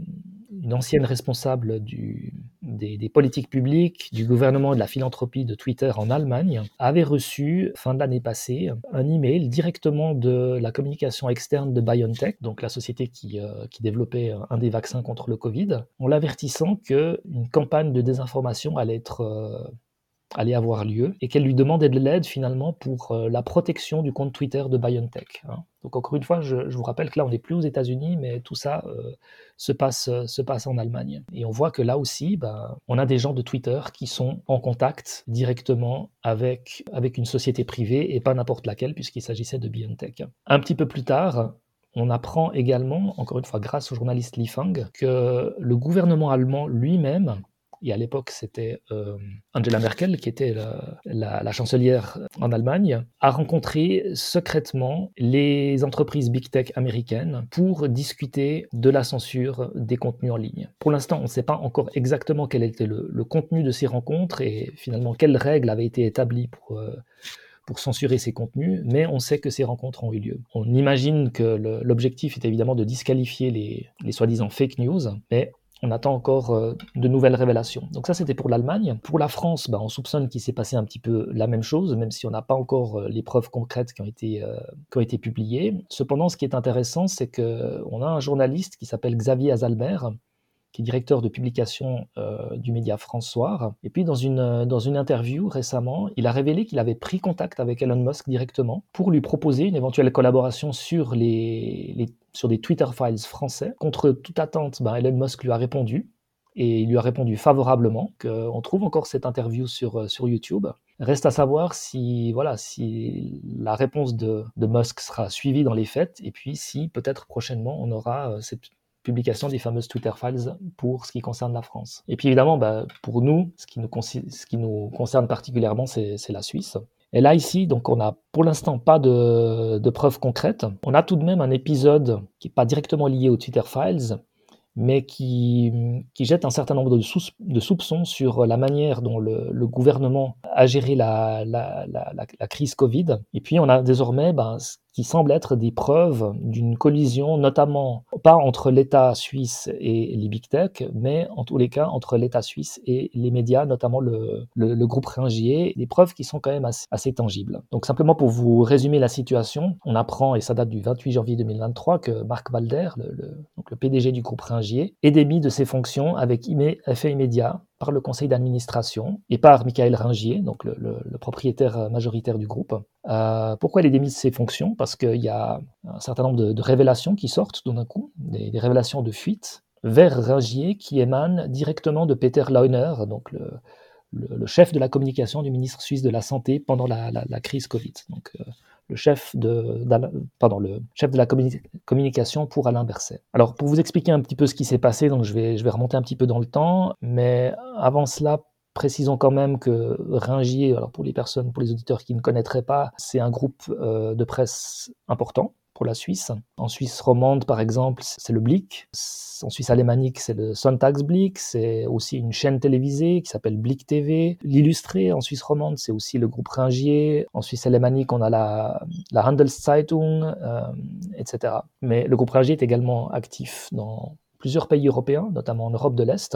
une ancienne responsable du, des, des politiques publiques, du gouvernement et de la philanthropie de Twitter en Allemagne, avait reçu, fin de l'année passée, un email directement de la communication externe de BioNTech, donc la société qui, euh, qui développait un des vaccins contre le Covid, en l'avertissant qu'une campagne de désinformation allait être... Euh, allait avoir lieu, et qu'elle lui demandait de l'aide finalement pour euh, la protection du compte Twitter de BioNTech. Hein. Donc encore une fois, je, je vous rappelle que là on n'est plus aux États-Unis, mais tout ça euh, se, passe, euh, se passe en Allemagne. Et on voit que là aussi, ben, on a des gens de Twitter qui sont en contact directement avec, avec une société privée, et pas n'importe laquelle, puisqu'il s'agissait de BioNTech. Un petit peu plus tard, on apprend également, encore une fois grâce au journaliste Li Fang, que le gouvernement allemand lui-même, et à l'époque c'était euh, Angela Merkel qui était la, la, la chancelière en Allemagne, a rencontré secrètement les entreprises big tech américaines pour discuter de la censure des contenus en ligne. Pour l'instant, on ne sait pas encore exactement quel était le, le contenu de ces rencontres et finalement quelles règles avaient été établies pour... Euh, pour censurer ces contenus, mais on sait que ces rencontres ont eu lieu. On imagine que le, l'objectif est évidemment de disqualifier les, les soi-disant fake news, mais on attend encore euh, de nouvelles révélations. Donc ça, c'était pour l'Allemagne. Pour la France, bah, on soupçonne qu'il s'est passé un petit peu la même chose, même si on n'a pas encore euh, les preuves concrètes qui ont été, euh, qui ont été publiées. Cependant, ce qui est intéressant, c'est qu'on a un journaliste qui s'appelle Xavier Azalbert, qui est directeur de publication euh, du média France Soir. Et puis, dans une, dans une interview récemment, il a révélé qu'il avait pris contact avec Elon Musk directement pour lui proposer une éventuelle collaboration sur, les, les, sur des Twitter Files français. Contre toute attente, ben, Elon Musk lui a répondu, et il lui a répondu favorablement. On trouve encore cette interview sur, sur YouTube. Reste à savoir si, voilà, si la réponse de, de Musk sera suivie dans les faits, et puis si peut-être prochainement on aura cette publication des fameuses Twitter Files pour ce qui concerne la France. Et puis évidemment, bah, pour nous, ce qui nous, ce qui nous concerne particulièrement, c'est, c'est la Suisse. Et là, ici, donc, on n'a pour l'instant pas de, de preuves concrètes. On a tout de même un épisode qui n'est pas directement lié aux Twitter Files, mais qui, qui jette un certain nombre de, sous, de soupçons sur la manière dont le, le gouvernement a géré la, la, la, la, la crise Covid. Et puis, on a désormais ben, ce qui semble être des preuves d'une collision, notamment pas entre l'État suisse et les big tech, mais en tous les cas entre l'État suisse et les médias, notamment le, le, le groupe Ringier, des preuves qui sont quand même assez, assez tangibles. Donc simplement pour vous résumer la situation, on apprend, et ça date du vingt-huit janvier deux mille vingt-trois, que Marc Walder, le, le, donc le P D G du groupe Ringier, est démis de ses fonctions avec effet immédiat par le conseil d'administration et par Michael Ringier, donc le, le, le propriétaire majoritaire du groupe. Euh, pourquoi il est démis de ses fonctions ? Parce qu'il y a un certain nombre de, de révélations qui sortent tout d'un coup, des, des révélations de fuite vers Ringier qui émanent directement de Peter Leuner, donc le, le, le chef de la communication du ministre suisse de la Santé pendant la, la, la crise Covid. Donc, euh, le chef de, pardon, le chef de la communi- communication pour Alain Berset. Alors, pour vous expliquer un petit peu ce qui s'est passé, donc je vais, je vais remonter un petit peu dans le temps, mais avant cela, précisons quand même que Ringier, alors pour les personnes, pour les auditeurs qui ne connaîtraient pas, c'est un groupe euh, de presse important pour la Suisse. En Suisse romande, par exemple, c'est le Blick. En Suisse alémanique, c'est le Sonntagsblick. C'est aussi une chaîne télévisée qui s'appelle Blick T V. L'Illustré, en Suisse romande, c'est aussi le groupe Ringier. En Suisse alémanique, on a la, la Handelszeitung, euh, et cetera. Mais le groupe Ringier est également actif dans plusieurs pays européens, notamment en Europe de l'Est.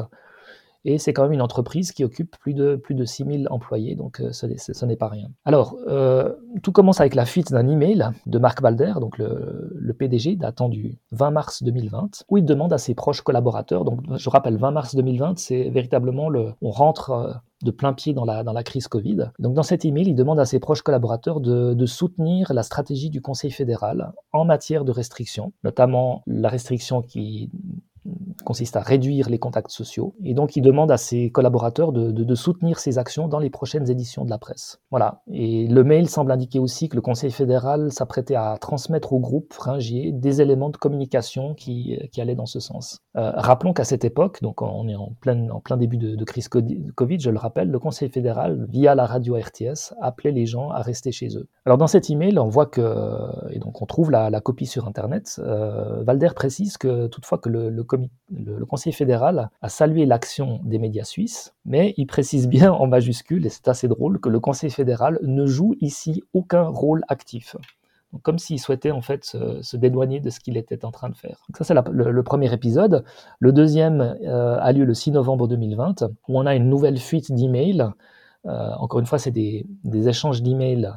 Et c'est quand même une entreprise qui occupe plus de, plus de six mille employés, donc euh, ce, ce, ce n'est pas rien. Alors, euh, tout commence avec la fuite d'un email de Marc Walder, donc le, le P D G, datant du vingt mars deux mille vingt, où il demande à ses proches collaborateurs, donc je rappelle, vingt mars deux mille vingt, c'est véritablement le... On rentre euh, de plein pied dans la, dans la crise Covid. Donc dans cet email, il demande à ses proches collaborateurs de, de soutenir la stratégie du Conseil fédéral en matière de restrictions, notamment la restriction qui consiste à réduire les contacts sociaux. Et donc, il demande à ses collaborateurs de, de, de soutenir ces actions dans les prochaines éditions de la presse. Voilà. Et le mail semble indiquer aussi que le Conseil fédéral s'apprêtait à transmettre au groupe Ringier des éléments de communication qui, qui allaient dans ce sens. Euh, rappelons qu'à cette époque, donc on est en plein, en plein début de, de crise Covid, je le rappelle, le Conseil fédéral, via la radio R T S, appelait les gens à rester chez eux. Alors dans cet email, on voit que, et donc on trouve la, la copie sur Internet, euh, Walder précise que toutefois que le, le Le, le Conseil fédéral a salué l'action des médias suisses, mais il précise bien en majuscule, et c'est assez drôle, que le Conseil fédéral ne joue ici aucun rôle actif. Donc, comme s'il souhaitait en fait se, se dédouaner de ce qu'il était en train de faire. Donc ça c'est la, le, le premier épisode. Le deuxième euh, a lieu le six novembre deux mille vingt, où on a une nouvelle fuite d'emails. Euh, encore une fois, c'est des, des échanges d'emails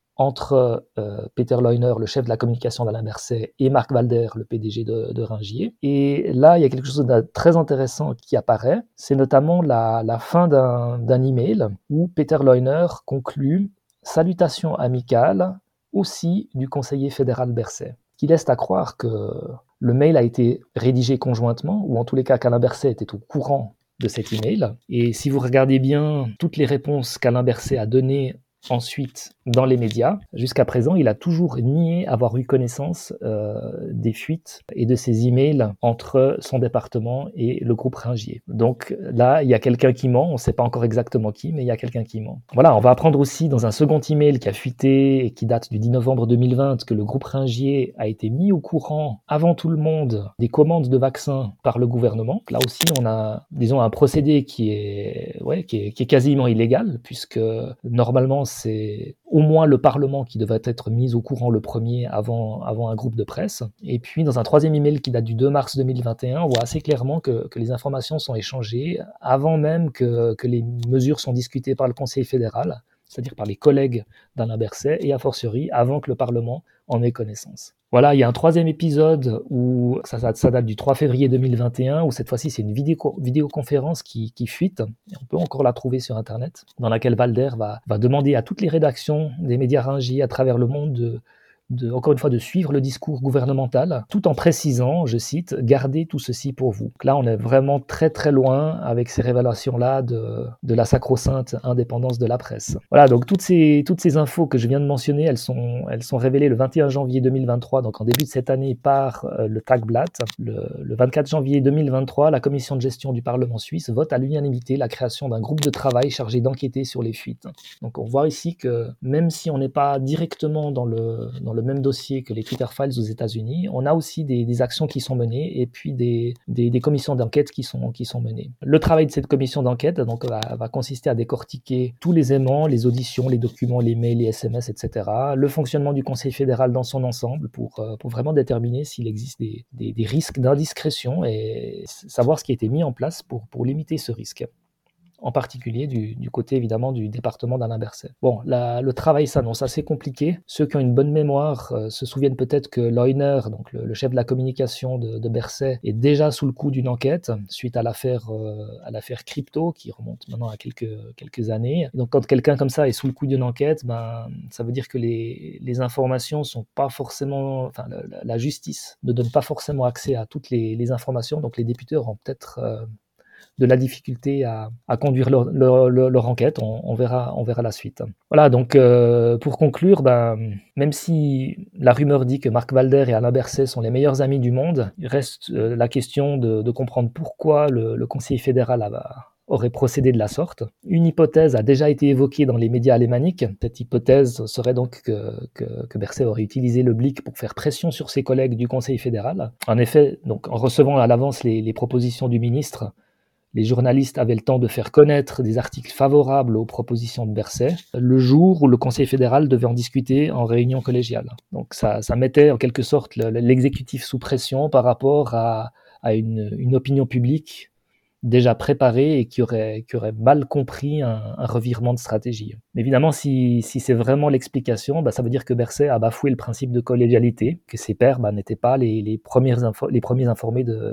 entre euh, Peter Leuner, le chef de la communication d'Alain Berset, et Marc Walder, le P D G de, de Ringier. Et là, il y a quelque chose de très intéressant qui apparaît. C'est notamment la, la fin d'un, d'un email où Peter Leuner conclut « Salutations amicales aussi du conseiller fédéral Berset », qui laisse à croire que le mail a été rédigé conjointement, ou en tous les cas qu'Alain Berset était au courant de cet email. Et si vous regardez bien toutes les réponses qu'Alain Berset a données ensuite, dans les médias, jusqu'à présent, il a toujours nié avoir eu connaissance euh, des fuites et de ces emails entre son département et le groupe Ringier. Donc là, il y a quelqu'un qui ment, on ne sait pas encore exactement qui, mais il y a quelqu'un qui ment. Voilà, on va apprendre aussi dans un second email qui a fuité et qui date du dix novembre deux mille vingt que le groupe Ringier a été mis au courant, avant tout le monde, des commandes de vaccins par le gouvernement. Là aussi, on a, disons, un procédé qui est, ouais, qui est, qui est quasiment illégal, puisque normalement, c'est au moins le Parlement qui devrait être mis au courant le premier avant, avant un groupe de presse. Et puis, dans un troisième email qui date du deux mars deux mille vingt et un, on voit assez clairement que, que les informations sont échangées avant même que, que les mesures sont discutées par le Conseil fédéral, c'est-à-dire par les collègues d'Alain Berset, et a fortiori avant que le Parlement en ait connaissance. Voilà, il y a un troisième épisode où ça, ça, ça date du trois février deux mille vingt et un, où cette fois-ci c'est une vidéo, vidéoconférence qui, qui fuite, et on peut encore la trouver sur Internet, dans laquelle Walder va, va demander à toutes les rédactions des médias Ringier à travers le monde de, de, encore une fois, de suivre le discours gouvernemental, tout en précisant, je cite, « Gardez tout ceci pour vous ». Là, on est vraiment très très loin avec ces révélations-là de, de la sacro-sainte indépendance de la presse. Voilà, donc toutes ces, toutes ces infos que je viens de mentionner, elles sont, elles sont révélées le vingt et un janvier deux mille vingt-trois, donc en début de cette année, par euh, le Tagblatt. Le, le vingt-quatre janvier deux mille vingt-trois, la commission de gestion du Parlement suisse vote à l'unanimité la création d'un groupe de travail chargé d'enquêter sur les fuites. Donc on voit ici que même si on n'est pas directement dans le, dans le le même dossier que les Twitter Files aux États-Unis, on a aussi des, des actions qui sont menées et puis des, des, des commissions d'enquête qui sont, qui sont menées. Le travail de cette commission d'enquête donc, va, va consister à décortiquer tous les aimants, les auditions, les documents, les mails, les S M S, et cetera, le fonctionnement du Conseil fédéral dans son ensemble pour, pour vraiment déterminer s'il existe des, des, des risques d'indiscrétion et savoir ce qui a été mis en place pour, pour limiter ce risque. En particulier du, du côté évidemment du département d'Alain Berset. Bon, la, le travail s'annonce assez compliqué. Ceux qui ont une bonne mémoire euh, se souviennent peut-être que Leuner, donc le, le chef de la communication de, de Berset, est déjà sous le coup d'une enquête suite à l'affaire, euh, à l'affaire Crypto, qui remonte maintenant à quelques, quelques années. Et donc quand quelqu'un comme ça est sous le coup d'une enquête, ben, ça veut dire que les, les informations sont pas forcément... Enfin, la, la justice ne donne pas forcément accès à toutes les, les informations, donc les députés auront peut-être... Euh, de la difficulté à, à conduire leur, leur, leur, leur enquête. On, on, verra, on verra la suite. Voilà, donc euh, pour conclure, ben, même si la rumeur dit que Marc Walder et Alain Berset sont les meilleurs amis du monde, il reste euh, la question de, de comprendre pourquoi le, le Conseil fédéral a, aurait procédé de la sorte. Une hypothèse a déjà été évoquée dans les médias alémaniques. Cette hypothèse serait donc que, que, que Berset aurait utilisé le Blick pour faire pression sur ses collègues du Conseil fédéral. En effet, donc, en recevant à l'avance les, les propositions du ministre, les journalistes avaient le temps de faire connaître des articles favorables aux propositions de Berset le jour où le Conseil fédéral devait en discuter en réunion collégiale. Donc ça, ça mettait en quelque sorte le, l'exécutif sous pression par rapport à, à une, une opinion publique déjà préparée et qui aurait, qui aurait mal compris un, un revirement de stratégie. Mais évidemment, si, si c'est vraiment l'explication, bah, ça veut dire que Berset a bafoué le principe de collégialité, que ses pairs bah, n'étaient pas les, les, premières info- les premiers informés de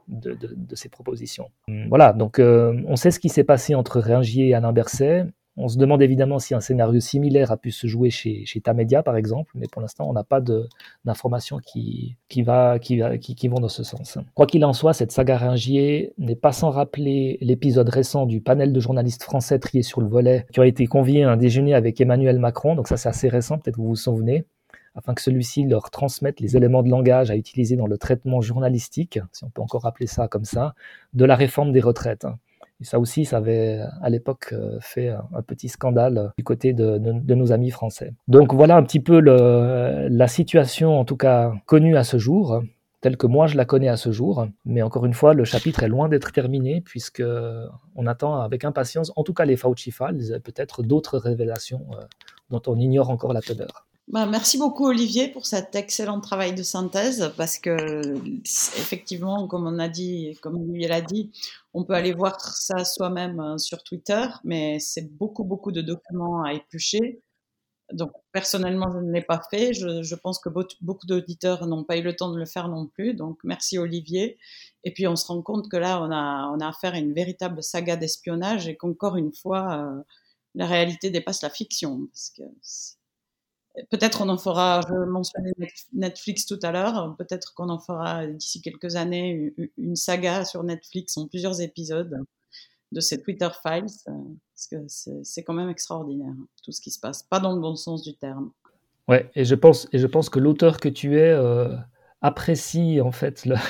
de, de, de ces propositions. Voilà, donc euh, on sait ce qui s'est passé entre Ringier et Alain Berset. On se demande évidemment si un scénario similaire a pu se jouer chez, chez Tamedia, par exemple, mais pour l'instant, on n'a pas de, d'informations qui, qui, va, qui, qui, qui vont dans ce sens. Quoi qu'il en soit, cette saga Ringier n'est pas sans rappeler l'épisode récent du panel de journalistes français triés sur le volet, qui ont été conviés à un déjeuner avec Emmanuel Macron, donc ça c'est assez récent, peut-être que vous vous souvenez, afin que celui-ci leur transmette les éléments de langage à utiliser dans le traitement journalistique, si on peut encore appeler ça comme ça, de la réforme des retraites. Et ça aussi, ça avait à l'époque fait un petit scandale du côté de, de, de nos amis français. Donc voilà un petit peu le, la situation, en tout cas connue à ce jour, telle que moi je la connais à ce jour. Mais encore une fois, le chapitre est loin d'être terminé, puisque on attend avec impatience, en tout cas les Fauci Files, peut-être d'autres révélations euh, dont on ignore encore la teneur. Bah, merci beaucoup Olivier pour cet excellent travail de synthèse, parce que effectivement, comme on a dit, comme lui l'a dit, on peut aller voir ça soi-même sur Twitter, mais c'est beaucoup beaucoup de documents à éplucher. Donc personnellement, je ne l'ai pas fait. Je, je pense que beaucoup d'auditeurs n'ont pas eu le temps de le faire non plus. Donc merci Olivier. Et puis on se rend compte que là, on a on a affaire à une véritable saga d'espionnage et qu'encore une fois, euh, la réalité dépasse la fiction, parce que peut-être on en fera, je mentionnais Netflix tout à l'heure, peut-être qu'on en fera d'ici quelques années une saga sur Netflix en plusieurs épisodes de ces Twitter Files, parce que c'est, c'est quand même extraordinaire, tout ce qui se passe, pas dans le bon sens du terme. Ouais, et je pense, et je pense que l'auteur que tu es euh, apprécie en fait le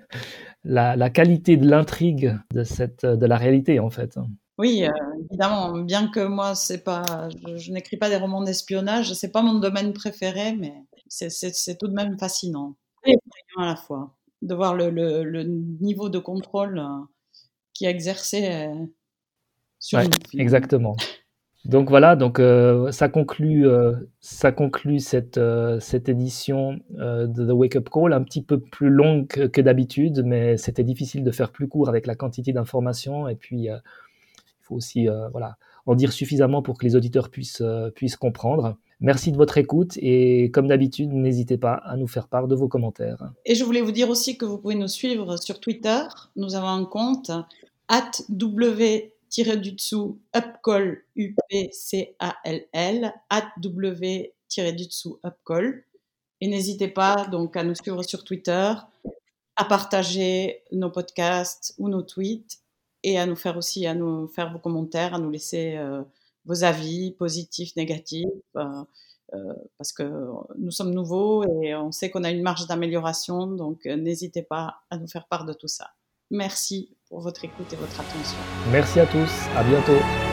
la, la qualité de l'intrigue de, cette, de la réalité en fait. Oui, euh, évidemment, bien que moi, c'est pas, je, je n'écris pas des romans d'espionnage, c'est pas mon domaine préféré, mais c'est, c'est, c'est tout de même fascinant et effrayant à la fois de voir le, le, le niveau de contrôle euh, qui est exercé euh, sur ouais, nous. Exactement. Donc voilà, donc euh, ça conclut, euh, ça conclut cette, euh, cette édition euh, de The Wake Up Call, un petit peu plus longue que, que d'habitude, mais c'était difficile de faire plus court avec la quantité d'informations, et puis euh, il faut aussi euh, voilà, en dire suffisamment pour que les auditeurs puissent, euh, puissent comprendre. Merci de votre écoute, et comme d'habitude, n'hésitez pas à nous faire part de vos commentaires. Et je voulais vous dire aussi que vous pouvez nous suivre sur Twitter. Nous avons un compte at w du dessous upcall u p c a l l at w du dessous upcall. Et n'hésitez pas donc à nous suivre sur Twitter, à partager nos podcasts ou nos tweets, et à nous faire aussi, à nous faire vos commentaires, à nous laisser euh, vos avis positifs, négatifs, euh, euh, parce que nous sommes nouveaux et on sait qu'on a une marge d'amélioration, donc euh, n'hésitez pas à nous faire part de tout ça. Merci pour votre écoute et votre attention. Merci à tous, à bientôt.